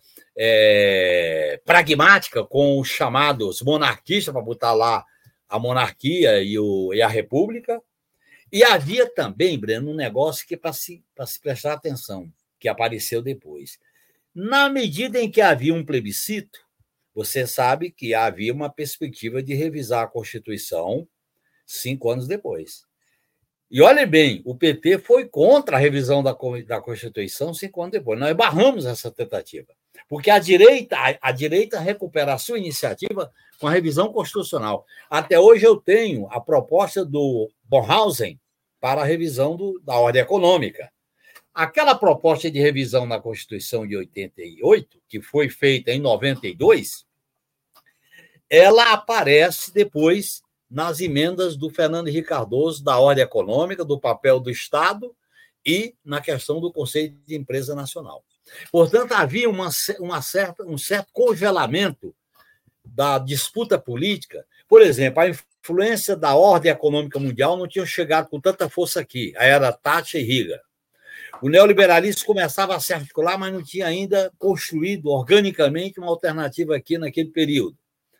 é, pragmática com os chamados monarquistas, para botar lá a monarquia e, o, e a república. E havia também, Breno, um negócio que para se, para se prestar atenção, que apareceu depois. Na medida em que havia um plebiscito, você sabe que havia uma perspectiva de revisar a Constituição cinco anos depois. E olhe bem, o P T foi contra a revisão da, da Constituição cinco anos depois. Nós barramos essa tentativa, porque a direita, a, a direita recupera a sua iniciativa com a revisão constitucional. Até hoje eu tenho a proposta do Bornhausen para a revisão do, da ordem econômica. Aquela proposta de revisão na Constituição de oitenta e oito, que foi feita em noventa e dois, ela aparece depois nas emendas do Fernando Henrique Cardoso, da ordem econômica, do papel do Estado e na questão do conceito de empresa nacional. Portanto, havia uma, uma certa, um certo congelamento da disputa política, Por exemplo, a influência da ordem econômica mundial não tinha chegado com tanta força aqui. Aí era Thatcher e Reagan. O neoliberalismo começava a se articular, mas não tinha ainda construído organicamente uma alternativa aqui naquele período.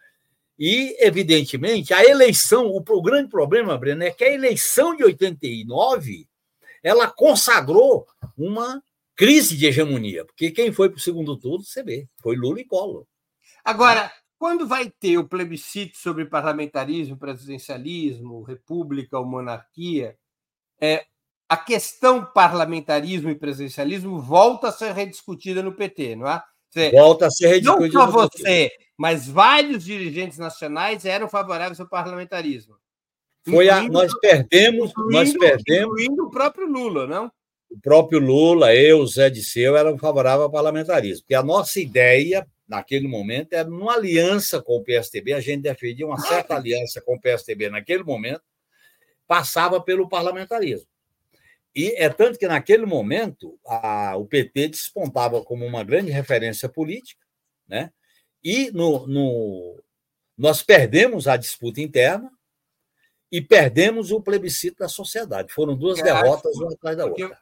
E, evidentemente, a eleição, o, o grande problema, Breno, é que a eleição de oitenta e nove ela consagrou uma crise de hegemonia, porque quem foi para o segundo turno, você vê, foi Lula e Collor. Agora, quando vai ter o plebiscito sobre parlamentarismo, presidencialismo, república ou monarquia, é, a questão parlamentarismo e presidencialismo volta a ser rediscutida no P T, não é? Dizer, volta a ser rediscutida. Não só você, mas vários dirigentes nacionais eram favoráveis ao parlamentarismo. Foi a, nós perdemos, nós perdemos. Incluindo o próprio Lula, não? O próprio Lula, eu, Zé Disseu, eram favoráveis ao parlamentarismo, porque a nossa ideia, naquele momento, era uma aliança com o P S D B, a gente defendia uma certa aliança com o P S D B naquele momento, passava pelo parlamentarismo. E é tanto que, naquele momento, a, o P T despontava como uma grande referência política, né? E no, no, nós perdemos a disputa interna e perdemos o plebiscito da sociedade. Foram duas derrotas uma atrás da outra.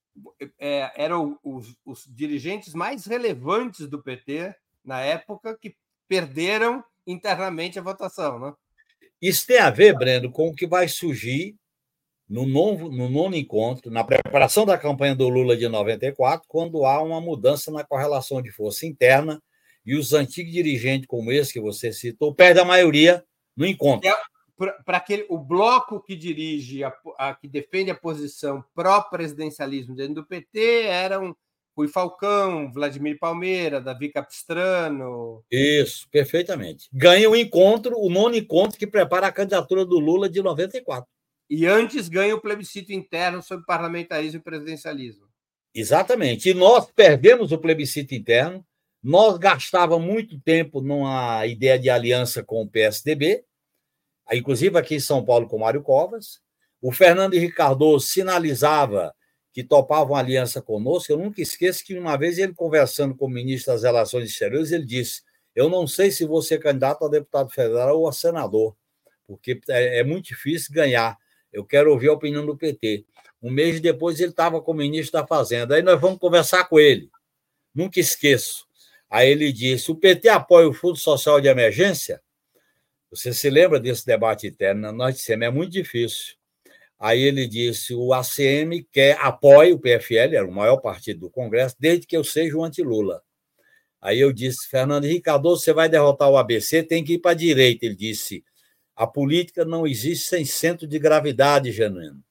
É, eram os, os dirigentes mais relevantes do P T, na época, que perderam internamente a votação, né? Isso tem a ver, Breno, com o que vai surgir no novo, no nono encontro, na preparação da campanha do Lula de noventa e quatro, quando há uma mudança na correlação de força interna e os antigos dirigentes, como esse que você citou, perdem a maioria no encontro. É, para aquele o bloco que dirige, a, a, que defende a posição pró-presidencialismo dentro do P T eram Rui Falcão, Vladimir Palmeira, Davi Capistrano. Isso, perfeitamente. Ganha o encontro, o nono encontro que prepara a candidatura do Lula de noventa e quatro. E antes ganha o plebiscito interno sobre parlamentarismo e presidencialismo. Exatamente. E nós perdemos o plebiscito interno, nós gastávamos muito tempo numa ideia de aliança com o P S D B, inclusive aqui em São Paulo com Mário Covas. O Fernando Henrique Cardoso sinalizava que topava uma aliança conosco. Eu nunca esqueço que uma vez ele, conversando com o ministro das Relações Exteriores, ele disse: eu não sei se vou ser candidato a deputado federal ou a senador, porque é muito difícil ganhar. Eu quero ouvir a opinião do P T. Um mês depois, ele estava com o ministro da Fazenda. Aí nós vamos conversar com ele. Nunca esqueço. Aí ele disse: o P T apoia o Fundo Social de Emergência? Você se lembra desse debate interno? Nós dissemos: é muito difícil. Aí ele disse: o A C M quer, apoia o P F L, era o maior partido do Congresso, desde que eu seja o anti-Lula. Aí eu disse: Fernando Henrique Cardoso, você vai derrotar o A B C, tem que ir para a direita. Ele disse: a política não existe sem centro de gravidade, Genuíno.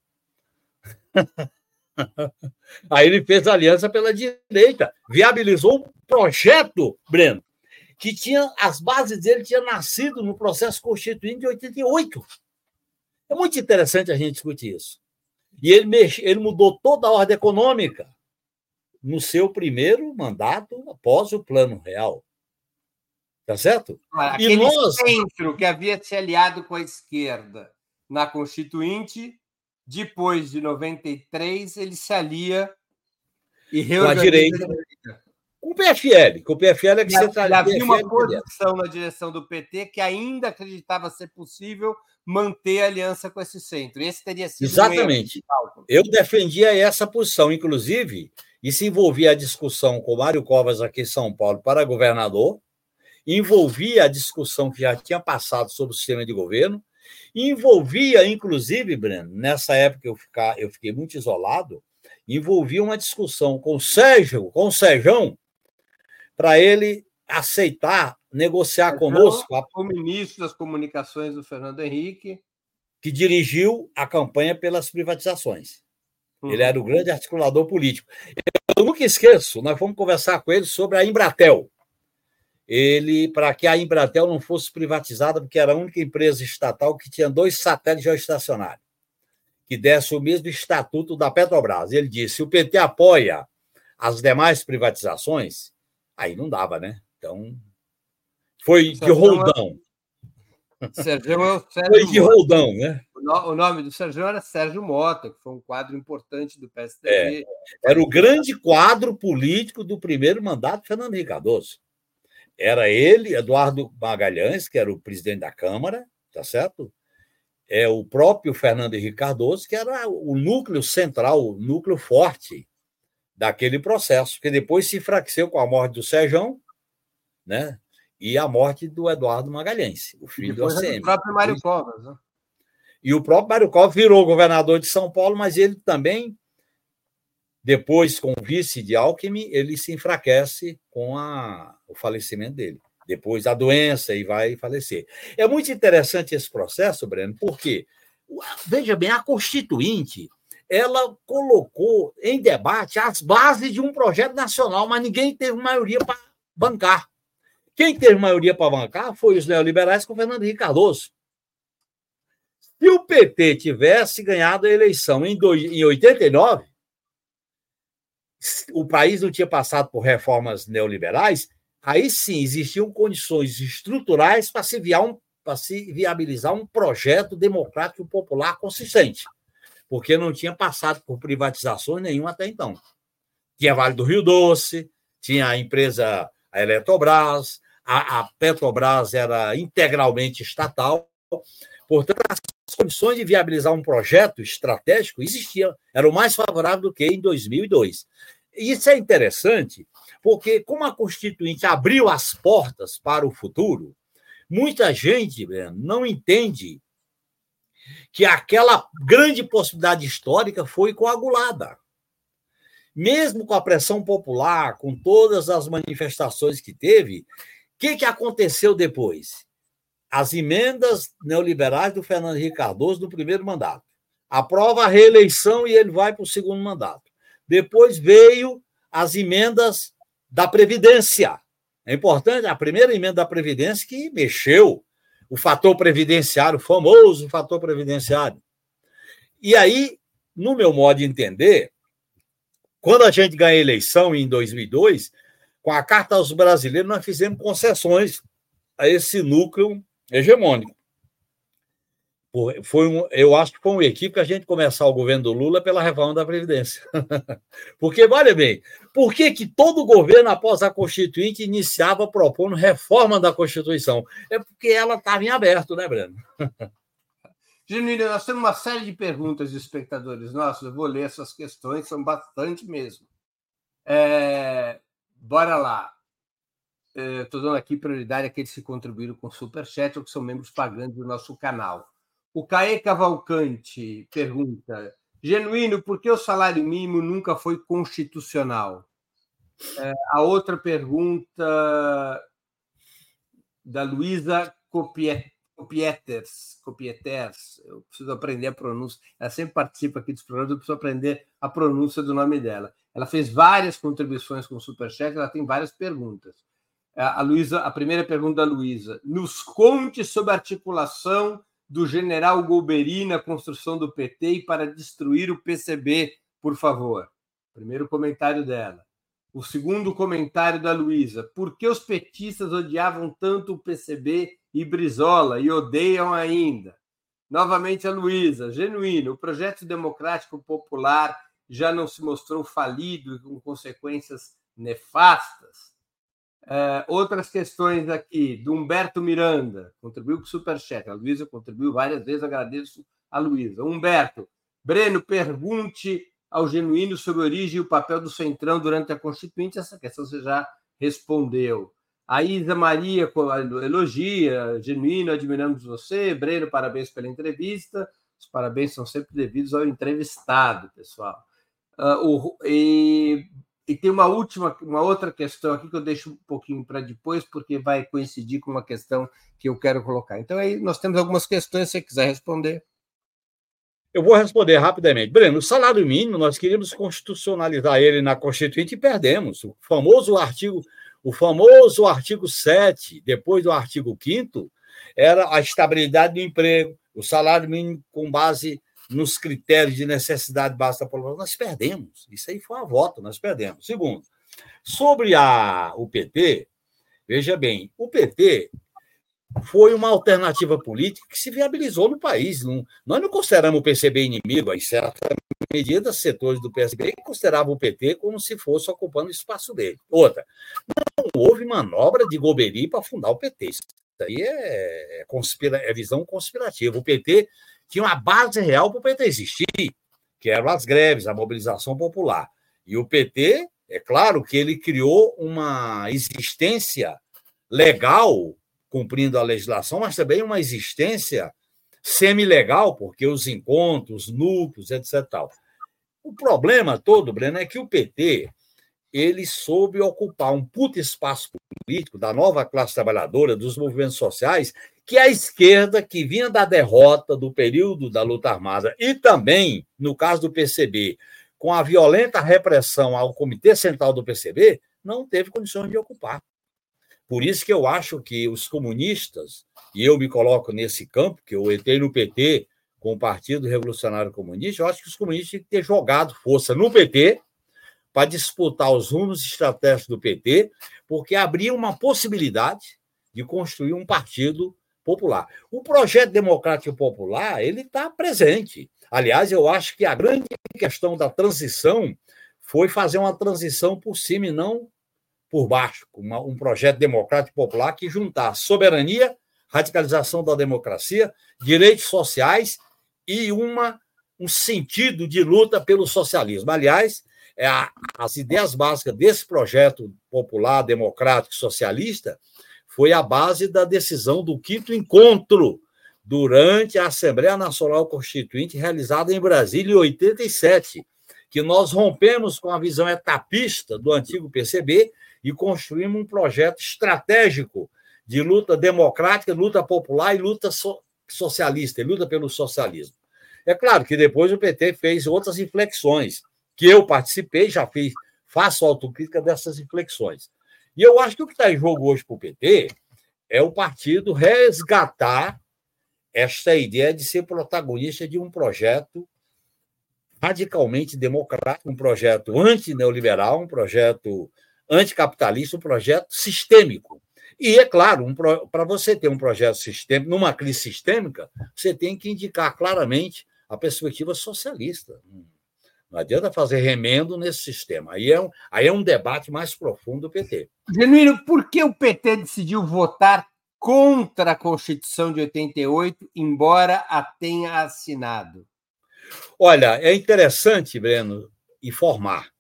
Aí ele fez aliança pela direita, viabilizou um projeto, Breno, que tinha, as bases dele tinham nascido no processo constituinte de oitenta e oito. É muito interessante a gente discutir isso. E ele, mexe, ele mudou toda a ordem econômica no seu primeiro mandato após o Plano Real. Tá certo? Aquele e nós... centro que havia se aliado com a esquerda na Constituinte, depois de noventa e três, ele se alia e reorganiza com a direita. Com o P F L, com o P F L é que já, você já havia uma posição na direção do P T que ainda acreditava ser possível manter a aliança com esse centro. Esse teria sido exatamente. Um eu defendia essa posição, inclusive, isso envolvia a discussão com o Mário Covas aqui em São Paulo para governador, envolvia a discussão que já tinha passado sobre o sistema de governo, envolvia, inclusive, Breno, nessa época eu, ficar, eu fiquei muito isolado, envolvia uma discussão com o Sérgio, com o Sérgio, para ele aceitar negociar Sérgio, conosco. A... o ministro das Comunicações do Fernando Henrique, que dirigiu a campanha pelas privatizações. Uhum. Ele era o grande articulador político. Eu nunca esqueço, nós fomos conversar com ele sobre a Embratel. Ele, para que a Embratel não fosse privatizada, porque era a única empresa estatal que tinha dois satélites geoestacionários, que desse o mesmo estatuto da Petrobras. Ele disse: se o P T apoia as demais privatizações, aí não dava, né? Então, foi de roldão. Sérgio é o Sérgio foi de roldão, né? O nome do Sérgio era Sérgio Mota, que foi um quadro importante do P S D B. É, era o grande quadro político do primeiro mandato de Fernando Henrique Cardoso. Era ele, Eduardo Magalhães, que era o presidente da Câmara, tá certo? É o próprio Fernando Henrique Cardoso, que era o núcleo central, o núcleo forte daquele processo, que depois se enfraqueceu com a morte do Serjão, né? E a morte do Eduardo Magalhães, o filho do A C M. O próprio Mário Covas. Né? E o próprio Mário Covas virou governador de São Paulo, mas ele também, depois, com o vice de Alckmin, ele se enfraquece com a, o falecimento dele. Depois a doença e vai falecer. É muito interessante esse processo, Breno, porque, veja bem, a Constituinte, ela colocou em debate as bases de um projeto nacional, mas ninguém teve maioria para bancar. Quem teve maioria para bancar foi os neoliberais com Fernando Henrique Cardoso. Se o P T tivesse ganhado a eleição em, dois, em oitenta e nove, o país não tinha passado por reformas neoliberais, aí sim existiam condições estruturais para se, um, para se viabilizar um projeto democrático popular consistente, porque não tinha passado por privatizações nenhuma até então. Tinha Vale do Rio Doce, tinha a empresa a Eletrobras, a, a Petrobras era integralmente estatal, portanto, as condições de viabilizar um projeto estratégico existiam, eram mais favoráveis do que em dois mil e dois. E isso é interessante, porque como a Constituinte abriu as portas para o futuro, muita gente não entende que aquela grande possibilidade histórica foi coagulada. Mesmo com a pressão popular, com todas as manifestações que teve, o que, que aconteceu depois? As emendas neoliberais do Fernando Henrique Cardoso no primeiro mandato. Aprova a reeleição e ele vai para o segundo mandato. Depois veio as emendas da Previdência. É importante, a primeira emenda da Previdência que mexeu o fator previdenciário, o famoso fator previdenciário. E aí, no meu modo de entender, quando a gente ganha a eleição em dois mil e dois, com a Carta aos Brasileiros, nós fizemos concessões a esse núcleo hegemônico. Foi um, eu acho que foi uma equipe que a gente começar o governo do Lula pela reforma da Previdência. Porque, olha bem, por que, que todo governo, após a Constituinte, iniciava propondo reforma da Constituição? É porque ela estava em aberto, né, Breno? Genuíno, nós temos uma série de perguntas de espectadores nossos, eu vou ler essas questões, são bastante mesmo. É, bora lá. Estou dando aqui prioridade àqueles que contribuíram com o Superchat ou que são membros pagantes do nosso canal. O Caê Cavalcante pergunta: Genuíno, por que o salário mínimo nunca foi constitucional? É, a outra pergunta da Luísa Copieters, Copieters, eu preciso aprender a pronúncia, ela sempre participa aqui dos programas, eu preciso aprender a pronúncia do nome dela. Ela fez várias contribuições com o Superchat, ela tem várias perguntas. A, Luísa, a primeira pergunta da Luísa: nos conte sobre a articulação do general Golbery na construção do P T e para destruir o P C B, por favor. Primeiro comentário dela. O segundo comentário da Luísa: por que os petistas odiavam tanto o P C B e Brizola e odeiam ainda? Novamente a Luísa: Genuíno, o projeto democrático popular já não se mostrou falido e com consequências nefastas? Uh, outras questões aqui, do Humberto Miranda, contribuiu com o Superchat. A Luísa contribuiu várias vezes, agradeço a Luísa. Humberto: Breno, pergunte ao Genuíno sobre a origem e o papel do Centrão durante a Constituinte. Essa questão você já respondeu. A Isa Maria elogia: Genuíno, admiramos você. Breno, parabéns pela entrevista. Os parabéns são sempre devidos ao entrevistado, pessoal. Uh, o, e... E tem uma última, uma outra questão aqui que eu deixo um pouquinho para depois, porque vai coincidir com uma questão que eu quero colocar. Então, aí nós temos algumas questões, se você quiser responder. Eu vou responder rapidamente. Breno, o salário mínimo, nós queríamos constitucionalizar ele na Constituinte e perdemos. O famoso artigo, o famoso artigo sete, depois do artigo quinto, era a estabilidade do emprego, o salário mínimo com base nos critérios de necessidade básica da população, nós perdemos. Isso aí foi uma voto, nós perdemos. Segundo, sobre a, o P T, veja bem, o P T foi uma alternativa política que se viabilizou no país. Não, nós não consideramos o P C B inimigo, em certa medida, setores do P S B consideravam o P T como se fosse ocupando o espaço dele. Outra, não houve manobra de Golbery para fundar o P T. Isso aí é, conspira, é visão conspirativa. O P T tinha uma base real para o P T existir, que eram as greves, a mobilização popular. E o P T, é claro que ele criou uma existência legal, cumprindo a legislação, mas também uma existência semi-legal, porque os encontros, núcleos, etcétera. O problema todo, Breno, é que o P T ele soube ocupar um puto espaço político da nova classe trabalhadora, dos movimentos sociais, que a esquerda, que vinha da derrota do período da luta armada, e também, no caso do P C B, com a violenta repressão ao Comitê Central do P C B, não teve condições de ocupar. Por isso que eu acho que os comunistas, e eu me coloco nesse campo, que eu entrei no P T com o Partido Revolucionário Comunista, eu acho que os comunistas têm que ter jogado força no P T para disputar os rumos estratégicos do P T, porque abria uma possibilidade de construir um partido popular. O projeto democrático popular ele está presente. Aliás, eu acho que a grande questão da transição foi fazer uma transição por cima e não por baixo, uma, um projeto democrático popular que juntasse soberania, radicalização da democracia, direitos sociais e uma, um sentido de luta pelo socialismo. Aliás, é a, as ideias básicas desse projeto popular, democrático, socialista, foi a base da decisão do quinto encontro durante a Assembleia Nacional Constituinte, realizada em Brasília em oitenta e sete, que nós rompemos com a visão etapista do antigo P C B e construímos um projeto estratégico de luta democrática, luta popular e luta so- socialista, e luta pelo socialismo. É claro que depois o P T fez outras inflexões, que eu participei, já fiz, faço autocrítica dessas inflexões. E eu acho que o que está em jogo hoje para o P T é o partido resgatar esta ideia de ser protagonista de um projeto radicalmente democrático, um projeto antineoliberal, um projeto anticapitalista, um projeto sistêmico. E, é claro, um pro... para você ter um projeto sistêmico, numa crise sistêmica, você tem que indicar claramente a perspectiva socialista. Não adianta fazer remendo nesse sistema. Aí é um, aí é um debate mais profundo do P T. Genuíno, por que o P T decidiu votar contra a Constituição de oitenta e oito, embora a tenha assinado? Olha, é interessante, Breno, informar.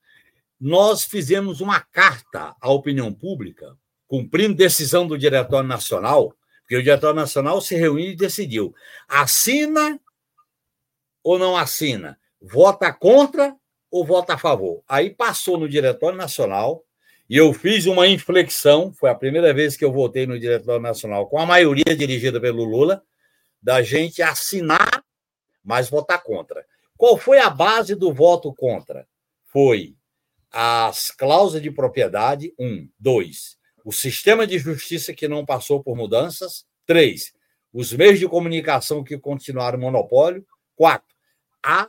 Nós fizemos uma carta à opinião pública, cumprindo decisão do Diretório Nacional, porque o Diretório Nacional se reuniu e decidiu: assina ou não assina? Vota contra ou vota a favor? Aí passou no Diretório Nacional e eu fiz uma inflexão, foi a primeira vez que eu votei no Diretório Nacional com a maioria dirigida pelo Lula, da gente assinar, mas votar contra. Qual foi a base do voto contra? Foi as cláusulas de propriedade, um. Dois, o sistema de justiça que não passou por mudanças. Três, os meios de comunicação que continuaram monopólio. Quatro, a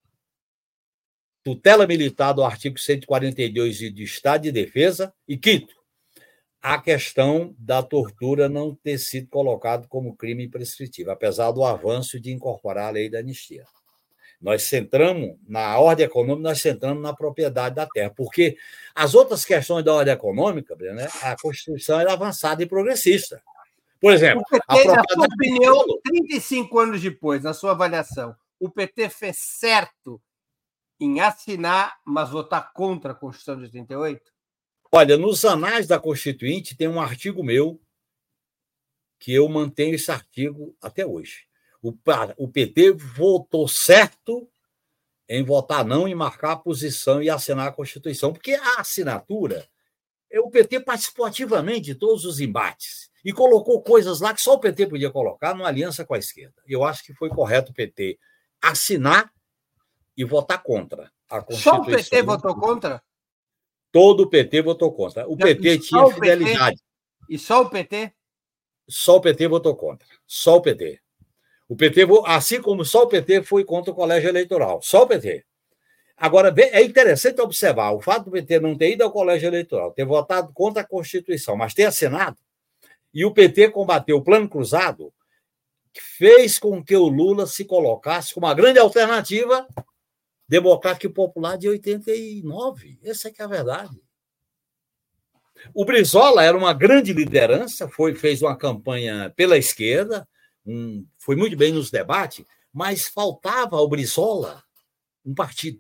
tutela militar do artigo cento e quarenta e dois de Estado de Defesa. E quinto, a questão da tortura não ter sido colocado como crime prescritivo, apesar do avanço de incorporar a lei da anistia. Nós centramos, na ordem econômica, nós centramos na propriedade da terra, porque as outras questões da ordem econômica, né, a Constituição era avançada e progressista. Por exemplo, o P T, a propriedade... na sua opinião, trinta e cinco anos depois, na sua avaliação, o P T fez certo em assinar, mas votar contra a Constituição de oitenta e oito? Olha, nos anais da Constituinte tem um artigo meu que eu mantenho esse artigo até hoje. O P T votou certo em votar não e marcar a posição e assinar a Constituição, porque a assinatura, o P T participou ativamente de todos os embates e colocou coisas lá que só o P T podia colocar numa aliança com a esquerda. Eu acho que foi correto o P T assinar e votar contra a Constituição. Só o P T votou contra? Todo o P T votou contra. O P T tinha fidelidade. E só o P T? Só o P T votou contra. Só o P T. O P T, assim como só o P T foi contra o colégio eleitoral. Só o P T. Agora, é interessante observar o fato do P T não ter ido ao colégio eleitoral, ter votado contra a Constituição, mas ter assinado, e o P T combateu o Plano Cruzado, que fez com que o Lula se colocasse como uma grande alternativa democrática e popular de oitenta e nove. Essa é que é a verdade. O Brizola era uma grande liderança, foi, fez uma campanha pela esquerda, um, foi muito bem nos debates, mas faltava ao Brizola um partido.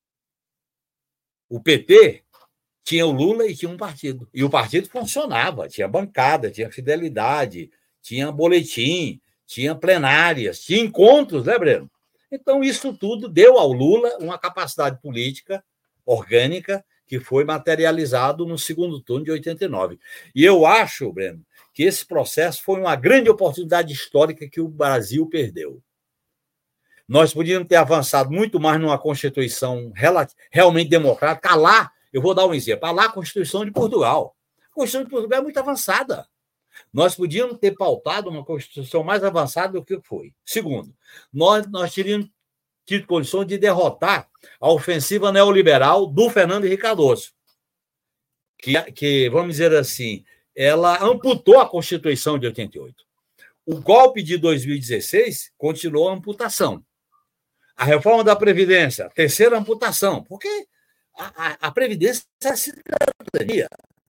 O P T tinha o Lula e tinha um partido. E o partido funcionava, tinha bancada, tinha fidelidade, tinha boletim, tinha plenárias, tinha encontros, né, Breno? Então, isso tudo deu ao Lula uma capacidade política orgânica que foi materializado no segundo turno de oitenta e nove. E eu acho, Breno, que esse processo foi uma grande oportunidade histórica que o Brasil perdeu. Nós podíamos ter avançado muito mais numa Constituição realmente democrática. Lá, eu vou dar um exemplo, lá a Constituição de Portugal. A Constituição de Portugal é muito avançada. Nós podíamos ter pautado uma Constituição mais avançada do que foi. Segundo, nós, nós teríamos tido condições de derrotar a ofensiva neoliberal do Fernando Henrique Cardoso, que, que, vamos dizer assim, ela amputou a Constituição de oitenta e oito. O golpe de dois mil e dezesseis continuou a amputação. A reforma da Previdência, a terceira amputação, porque a, a, a Previdência é a cidadania.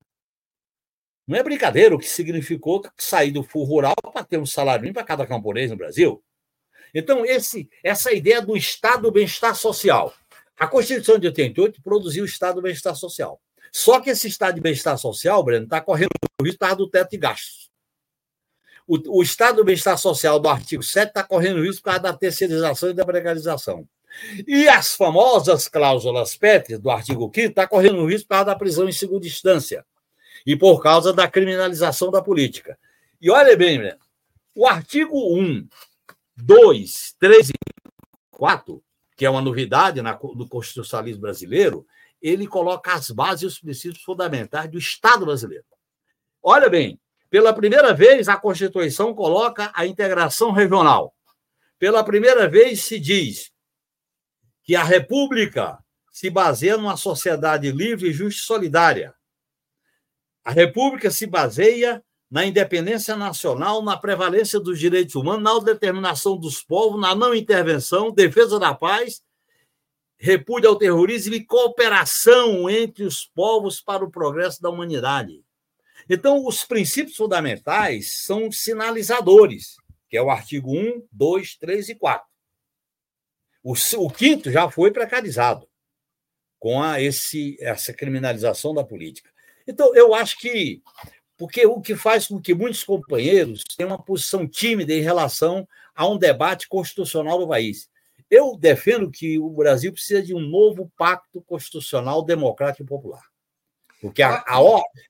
Não é brincadeira o que significou sair do fundo rural para ter um salário mínimo para cada camponês no Brasil. Então, esse, essa ideia do Estado do bem-estar social. A Constituição de oitenta e oito produziu o Estado do bem-estar social. Só que esse Estado de bem-estar social, Breno, está correndo o risco do teto de gastos. O, o Estado do bem-estar social do artigo sete está correndo o risco por causa da terceirização e da precarização. E as famosas cláusulas pétreas do artigo quinto está correndo o risco por causa da prisão em segunda instância e por causa da criminalização da política. E olha bem, Breno, o artigo um, dois, três e quatro, que é uma novidade na, no constitucionalismo brasileiro, ele coloca as bases e os princípios fundamentais do Estado brasileiro. Olha bem, pela primeira vez a Constituição coloca a integração regional. Pela primeira vez se diz que a República se baseia numa sociedade livre, justa e solidária. A República se baseia na independência nacional, na prevalência dos direitos humanos, na autodeterminação dos povos, na não intervenção, defesa da paz, repúdio ao terrorismo e cooperação entre os povos para o progresso da humanidade. Então, os princípios fundamentais são sinalizadores, que é o artigo um, dois, três e quatro. O, o quinto já foi precarizado com a, esse, essa criminalização da política. Então, eu acho que porque o que faz com que muitos companheiros tenham uma posição tímida em relação a um debate constitucional do país. Eu defendo que o Brasil precisa de um novo pacto constitucional democrático e popular. Porque a, a ordem...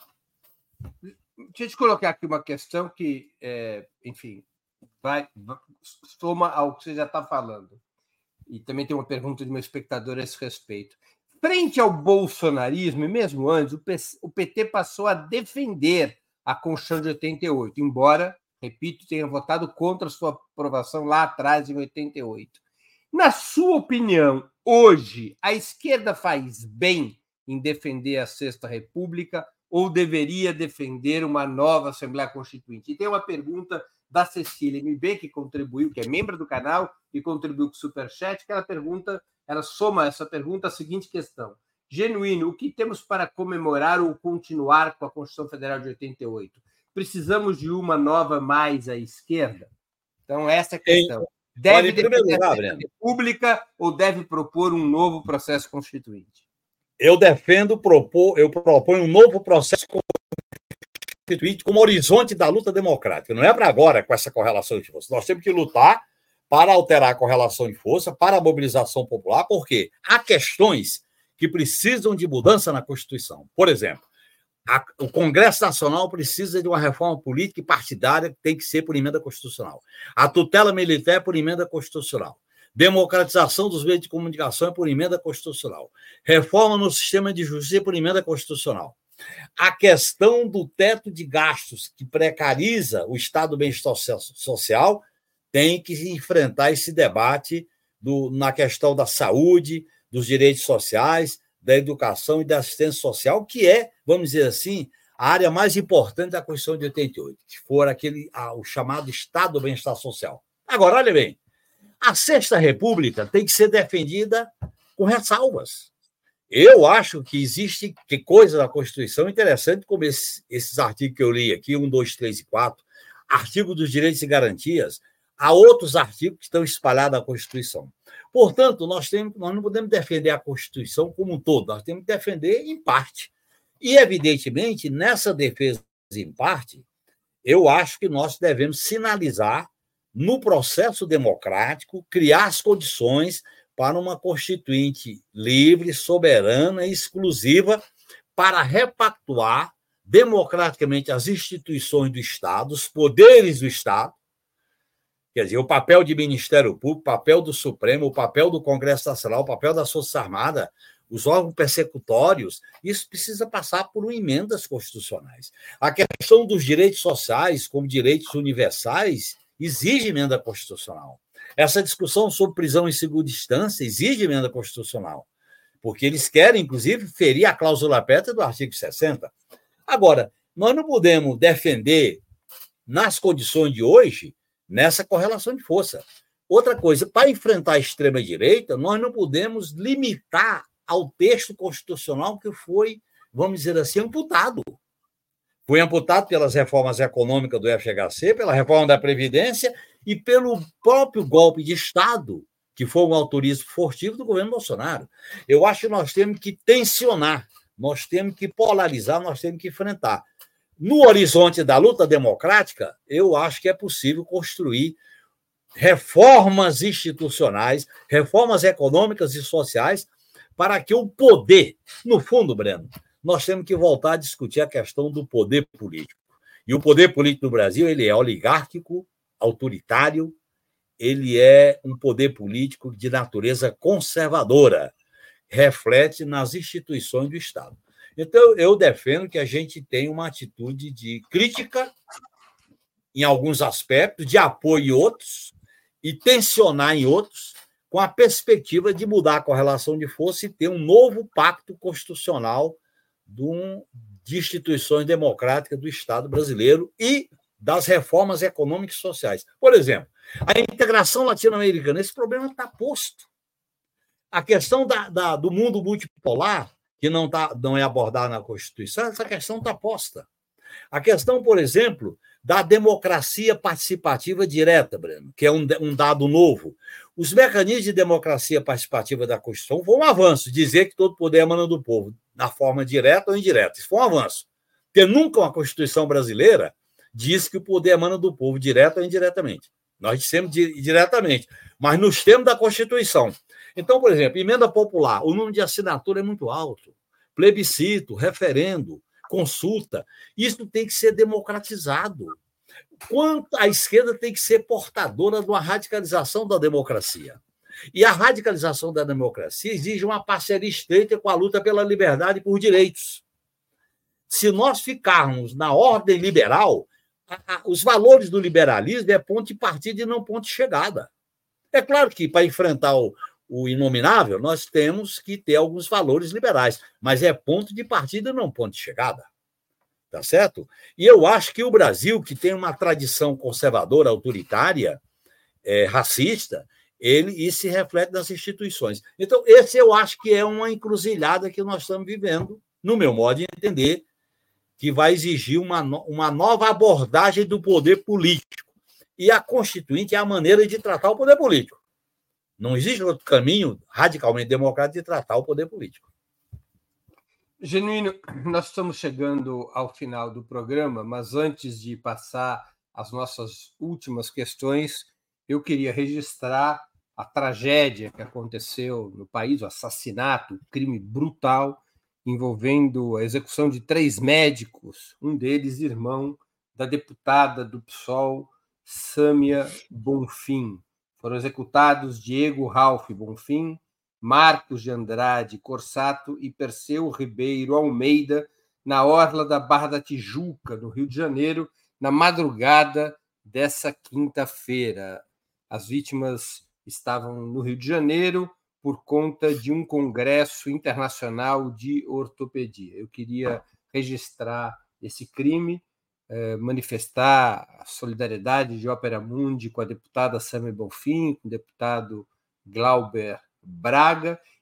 Deixa eu te colocar aqui uma questão que, é, enfim, vai, vai, soma ao que você já está falando. E também tem uma pergunta de uma espectadora a esse respeito. Frente ao bolsonarismo, e mesmo antes, o P T passou a defender a Constituição de oitenta e oito, embora, repito, tenha votado contra a sua aprovação lá atrás, em oitenta e oito. Na sua opinião, hoje, a esquerda faz bem em defender a Sexta República ou deveria defender uma nova Assembleia Constituinte? E tem uma pergunta da Cecília M B, que contribuiu, que é membro do canal e contribuiu com o Superchat, que ela pergunta... Ela soma essa pergunta à seguinte questão. Genuíno, o que temos para comemorar ou continuar com a Constituição Federal de oitenta e oito? Precisamos de uma nova mais à esquerda? Então, essa é a questão. Deve defender a República ou deve propor um novo processo constituinte? Eu defendo, propor, eu proponho um novo processo constituinte como horizonte da luta democrática. Não é para agora com essa correlação de forças. Nós temos que lutar para alterar a correlação de força, para a mobilização popular, porque há questões que precisam de mudança na Constituição. Por exemplo, a, o Congresso Nacional precisa de uma reforma política e partidária que tem que ser por emenda constitucional. A tutela militar é por emenda constitucional. Democratização dos meios de comunicação é por emenda constitucional. Reforma no sistema de justiça é por emenda constitucional. A questão do teto de gastos, que precariza o Estado do bem-estar social, tem que enfrentar esse debate do, na questão da saúde, dos direitos sociais, da educação e da assistência social, que é, vamos dizer assim, a área mais importante da Constituição de oitenta e oito, que for aquele, a, o chamado Estado do bem-estar social. Agora, olha bem, a Sexta República tem que ser defendida com ressalvas. Eu acho que existe que coisa da Constituição interessante, como esse, esses artigos que eu li aqui, um, dois, três e quatro, artigo dos direitos e garantias, há outros artigos que estão espalhados na Constituição. Portanto, nós, temos, nós não podemos defender a Constituição como um todo, nós temos que defender em parte. E, evidentemente, nessa defesa em parte, eu acho que nós devemos sinalizar, no processo democrático, criar as condições para uma Constituinte livre, soberana e exclusiva para repactuar democraticamente as instituições do Estado, os poderes do Estado, quer dizer, o papel de Ministério Público, o papel do Supremo, o papel do Congresso Nacional, o papel das Forças Armadas, os órgãos persecutórios, isso precisa passar por emendas constitucionais. A questão dos direitos sociais como direitos universais exige emenda constitucional. Essa discussão sobre prisão em segunda instância exige emenda constitucional, porque eles querem, inclusive, ferir a cláusula pétrea do artigo sessenta. Agora, nós não podemos defender, nas condições de hoje, nessa correlação de força. Outra coisa, para enfrentar a extrema-direita, nós não podemos limitar ao texto constitucional que foi, vamos dizer assim, amputado. Foi amputado pelas reformas econômicas do F H C, pela reforma da Previdência e pelo próprio golpe de Estado, que foi um autorismo fortivo do governo Bolsonaro. Eu acho que nós temos que tensionar, nós temos que polarizar, nós temos que enfrentar. No horizonte da luta democrática, eu acho que é possível construir reformas institucionais, reformas econômicas e sociais, para que o poder, no fundo, Breno, nós temos que voltar a discutir a questão do poder político. E o poder político no Brasil, ele é oligárquico, autoritário, ele é um poder político de natureza conservadora, reflete nas instituições do Estado. Então, eu defendo que a gente tenha uma atitude de crítica em alguns aspectos, de apoio em outros, e tensionar em outros, com a perspectiva de mudar a correlação de força e ter um novo pacto constitucional de instituições democráticas do Estado brasileiro e das reformas econômicas e sociais. Por exemplo, a integração latino-americana, esse problema está posto. A questão da, da, do mundo multipolar, que não, tá, não é abordada na Constituição, essa questão está posta. A questão, por exemplo, da democracia participativa direta, Breno, que é um, um dado novo. Os mecanismos de democracia participativa da Constituição foi um avanço, dizer que todo poder emana do povo, na forma direta ou indireta. Isso foi um avanço. Porque nunca uma Constituição brasileira diz que o poder emana do povo, direto ou indiretamente. Nós dissemos diretamente, mas nos termos da Constituição. Então, por exemplo, emenda popular, o número de assinatura é muito alto. Plebiscito, referendo, consulta, isso tem que ser democratizado. Quanto a esquerda tem que ser portadora de uma radicalização da democracia. E a radicalização da democracia exige uma parceria estreita com a luta pela liberdade e por direitos. Se nós ficarmos na ordem liberal, os valores do liberalismo é ponto de partida e não ponto de chegada. É claro que, para enfrentar o, o inominável, nós temos que ter alguns valores liberais, mas é ponto de partida e não ponto de chegada. Tá certo? E eu acho que o Brasil, que tem uma tradição conservadora, autoritária, é, racista, ele, isso se reflete nas instituições. Então, esse eu acho que é uma encruzilhada que nós estamos vivendo, no meu modo de entender, que vai exigir uma, uma nova abordagem do poder político. E a Constituinte é a maneira de tratar o poder político. Não existe outro caminho radicalmente democrático de tratar o poder político. Genuíno, nós estamos chegando ao final do programa, mas antes de passar as nossas últimas questões, eu queria registrar a tragédia que aconteceu no país, o assassinato, o crime brutal envolvendo a execução de três médicos, um deles irmão da deputada do PSOL, Sâmia Bonfim. Foram executados Diego Ralph Bonfim, Marcos de Andrade Corsato e Perseu Ribeiro Almeida, na orla da Barra da Tijuca, no Rio de Janeiro, na madrugada dessa quinta-feira. As vítimas estavam no Rio de Janeiro por conta de um congresso internacional de ortopedia. Eu queria registrar esse crime, eh, manifestar a solidariedade de Opera Mundi com a deputada Sâmia Bonfim, com o deputado Glauber Braga,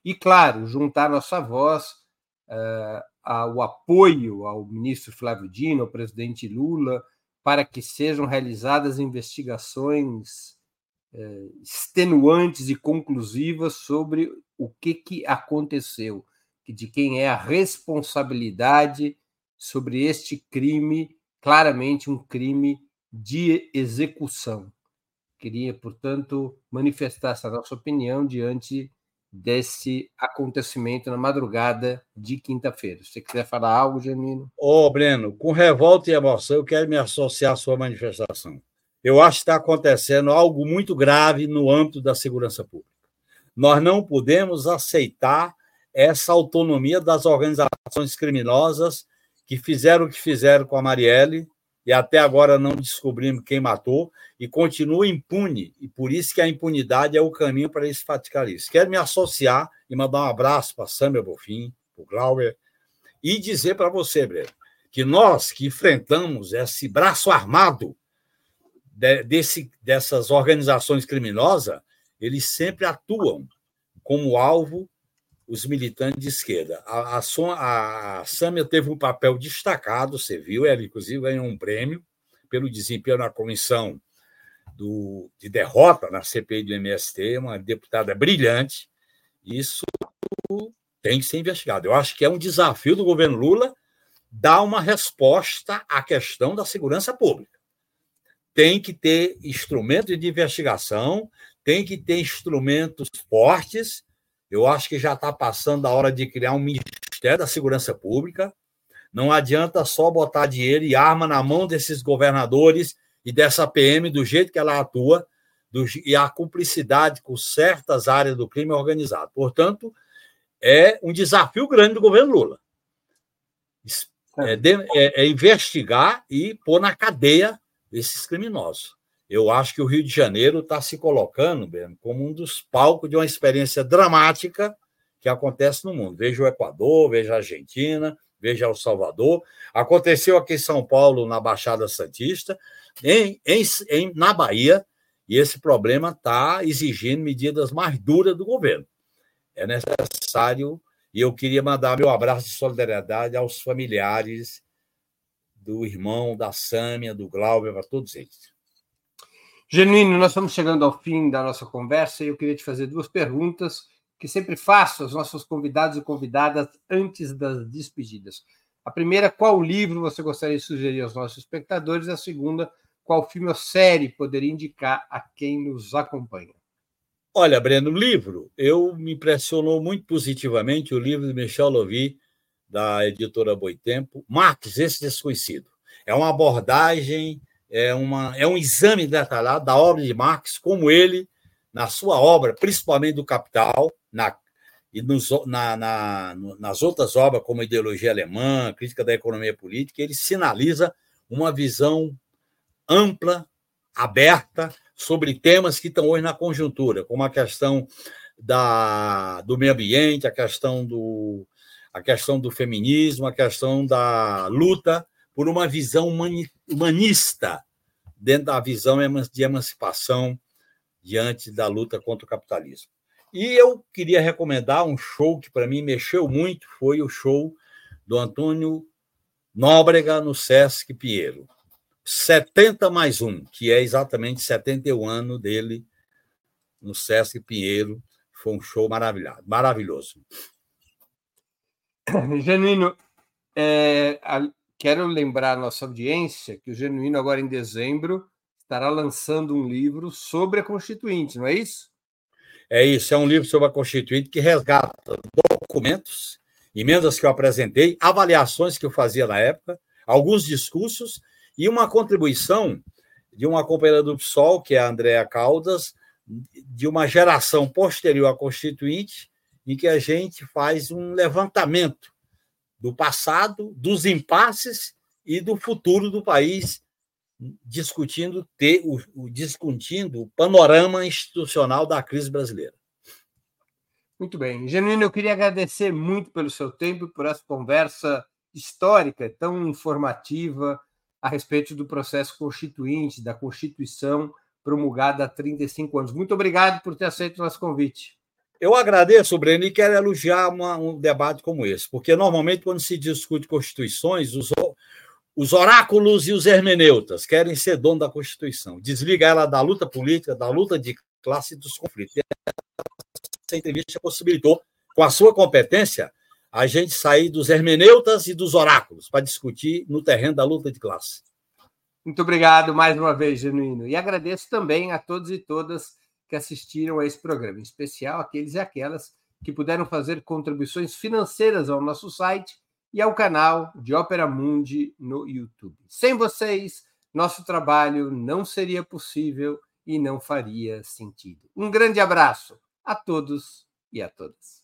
e, claro, juntar nossa voz uh, ao apoio ao ministro Flávio Dino, ao presidente Lula, para que sejam realizadas investigações uh, extenuantes e conclusivas sobre o que, que aconteceu, de quem é a responsabilidade sobre este crime, claramente um crime de execução. Queria, portanto, manifestar essa nossa opinião diante desse acontecimento na madrugada de quinta-feira. Se você quiser falar algo, Genuíno? Ô, Breno, com revolta e emoção, eu quero me associar à sua manifestação. Eu acho que está acontecendo algo muito grave no âmbito da segurança pública. Nós não podemos aceitar essa autonomia das organizações criminosas que fizeram o que fizeram com a Marielle, e até agora não descobrimos quem matou, e continua impune, e por isso que a impunidade é o caminho para eles praticarem isso. Quero me associar e mandar um abraço para a Sâmia Bonfim, para o Glauber, e dizer para você, Breno, que nós que enfrentamos esse braço armado de, desse, dessas organizações criminosas, eles sempre atuam como alvo os militantes de esquerda. A, a, a Sâmia teve um papel destacado, você viu, ela inclusive ganhou um prêmio pelo desempenho na comissão do, de derrota na C P I do M S T, uma deputada brilhante. Isso tem que ser investigado. Eu acho que é um desafio do governo Lula dar uma resposta à questão da segurança pública. Tem que ter instrumentos de investigação, tem que ter instrumentos fortes. Eu acho que já está passando a hora de criar um Ministério da Segurança Pública. Não adianta só botar dinheiro e arma na mão desses governadores e dessa P M do jeito que ela atua, do, e a cumplicidade com certas áreas do crime organizado. Portanto, é um desafio grande do governo Lula. É, de, é, é investigar e pôr na cadeia esses criminosos. Eu acho que o Rio de Janeiro está se colocando, Ben, como um dos palcos de uma experiência dramática que acontece no mundo. Veja o Equador, veja a Argentina, veja El Salvador. Aconteceu aqui em São Paulo, na Baixada Santista, em, em, em, na Bahia, e esse problema está exigindo medidas mais duras do governo. É necessário, e eu queria mandar meu abraço de solidariedade aos familiares do irmão, da Sâmia, do Glauber, para todos eles. Genuíno, nós estamos chegando ao fim da nossa conversa e eu queria te fazer duas perguntas que sempre faço aos nossos convidados e convidadas antes das despedidas. A primeira, qual livro você gostaria de sugerir aos nossos espectadores? A segunda, qual filme ou série poderia indicar a quem nos acompanha? Olha, Breno, o livro, eu me impressionou muito positivamente o livro de Michel Louvi, da editora Boitempo, Marx, esse desconhecido. É uma abordagem, é, uma, é um exame detalhado da obra de Marx, como ele, na sua obra, principalmente do Capital, na, e nos, na, na, nas outras obras, como a Ideologia Alemã, Crítica da Economia Política, ele sinaliza uma visão ampla, aberta, sobre temas que estão hoje na conjuntura, como a questão da, do meio ambiente, a questão do, a questão do feminismo, a questão da luta por uma visão humanista dentro da visão de emancipação diante da luta contra o capitalismo. E eu queria recomendar um show que, para mim, mexeu muito, foi o show do Antônio Nóbrega no Sesc Pinheiro. setenta mais um, que é exatamente setenta e um anos dele no Sesc Pinheiro. Foi um show maravilhoso. maravilhoso. Genuíno, é, a, quero lembrar a nossa audiência que o Genuíno, agora em dezembro, estará lançando um livro sobre a Constituinte, não é isso? É isso, é um livro sobre a Constituinte que resgata documentos, emendas que eu apresentei, avaliações que eu fazia na época, alguns discursos e uma contribuição de uma companheira do P SOL, que é a Andréa Caldas, de uma geração posterior à Constituinte, em que a gente faz um levantamento do passado, dos impasses e do futuro do país, discutindo, ter, o, o, discutindo o panorama institucional da crise brasileira. Muito bem. Genuíno, eu queria agradecer muito pelo seu tempo, por essa conversa histórica, tão informativa, a respeito do processo constituinte, da Constituição promulgada há trinta e cinco anos. Muito obrigado por ter aceito o nosso convite. Eu agradeço, Breno, e quero elogiar uma, um debate como esse, porque normalmente, quando se discute constituições, os, os oráculos e os hermeneutas querem ser dono da Constituição, desliga ela da luta política, da luta de classe e dos conflitos. E essa entrevista possibilitou, com a sua competência, a gente sair dos hermeneutas e dos oráculos para discutir no terreno da luta de classe. Muito obrigado mais uma vez, Genuíno. E agradeço também a todos e todas que assistiram a esse programa, em especial aqueles e aquelas que puderam fazer contribuições financeiras ao nosso site e ao canal de Ópera Mundi no YouTube. Sem vocês, nosso trabalho não seria possível e não faria sentido. Um grande abraço a todos e a todas.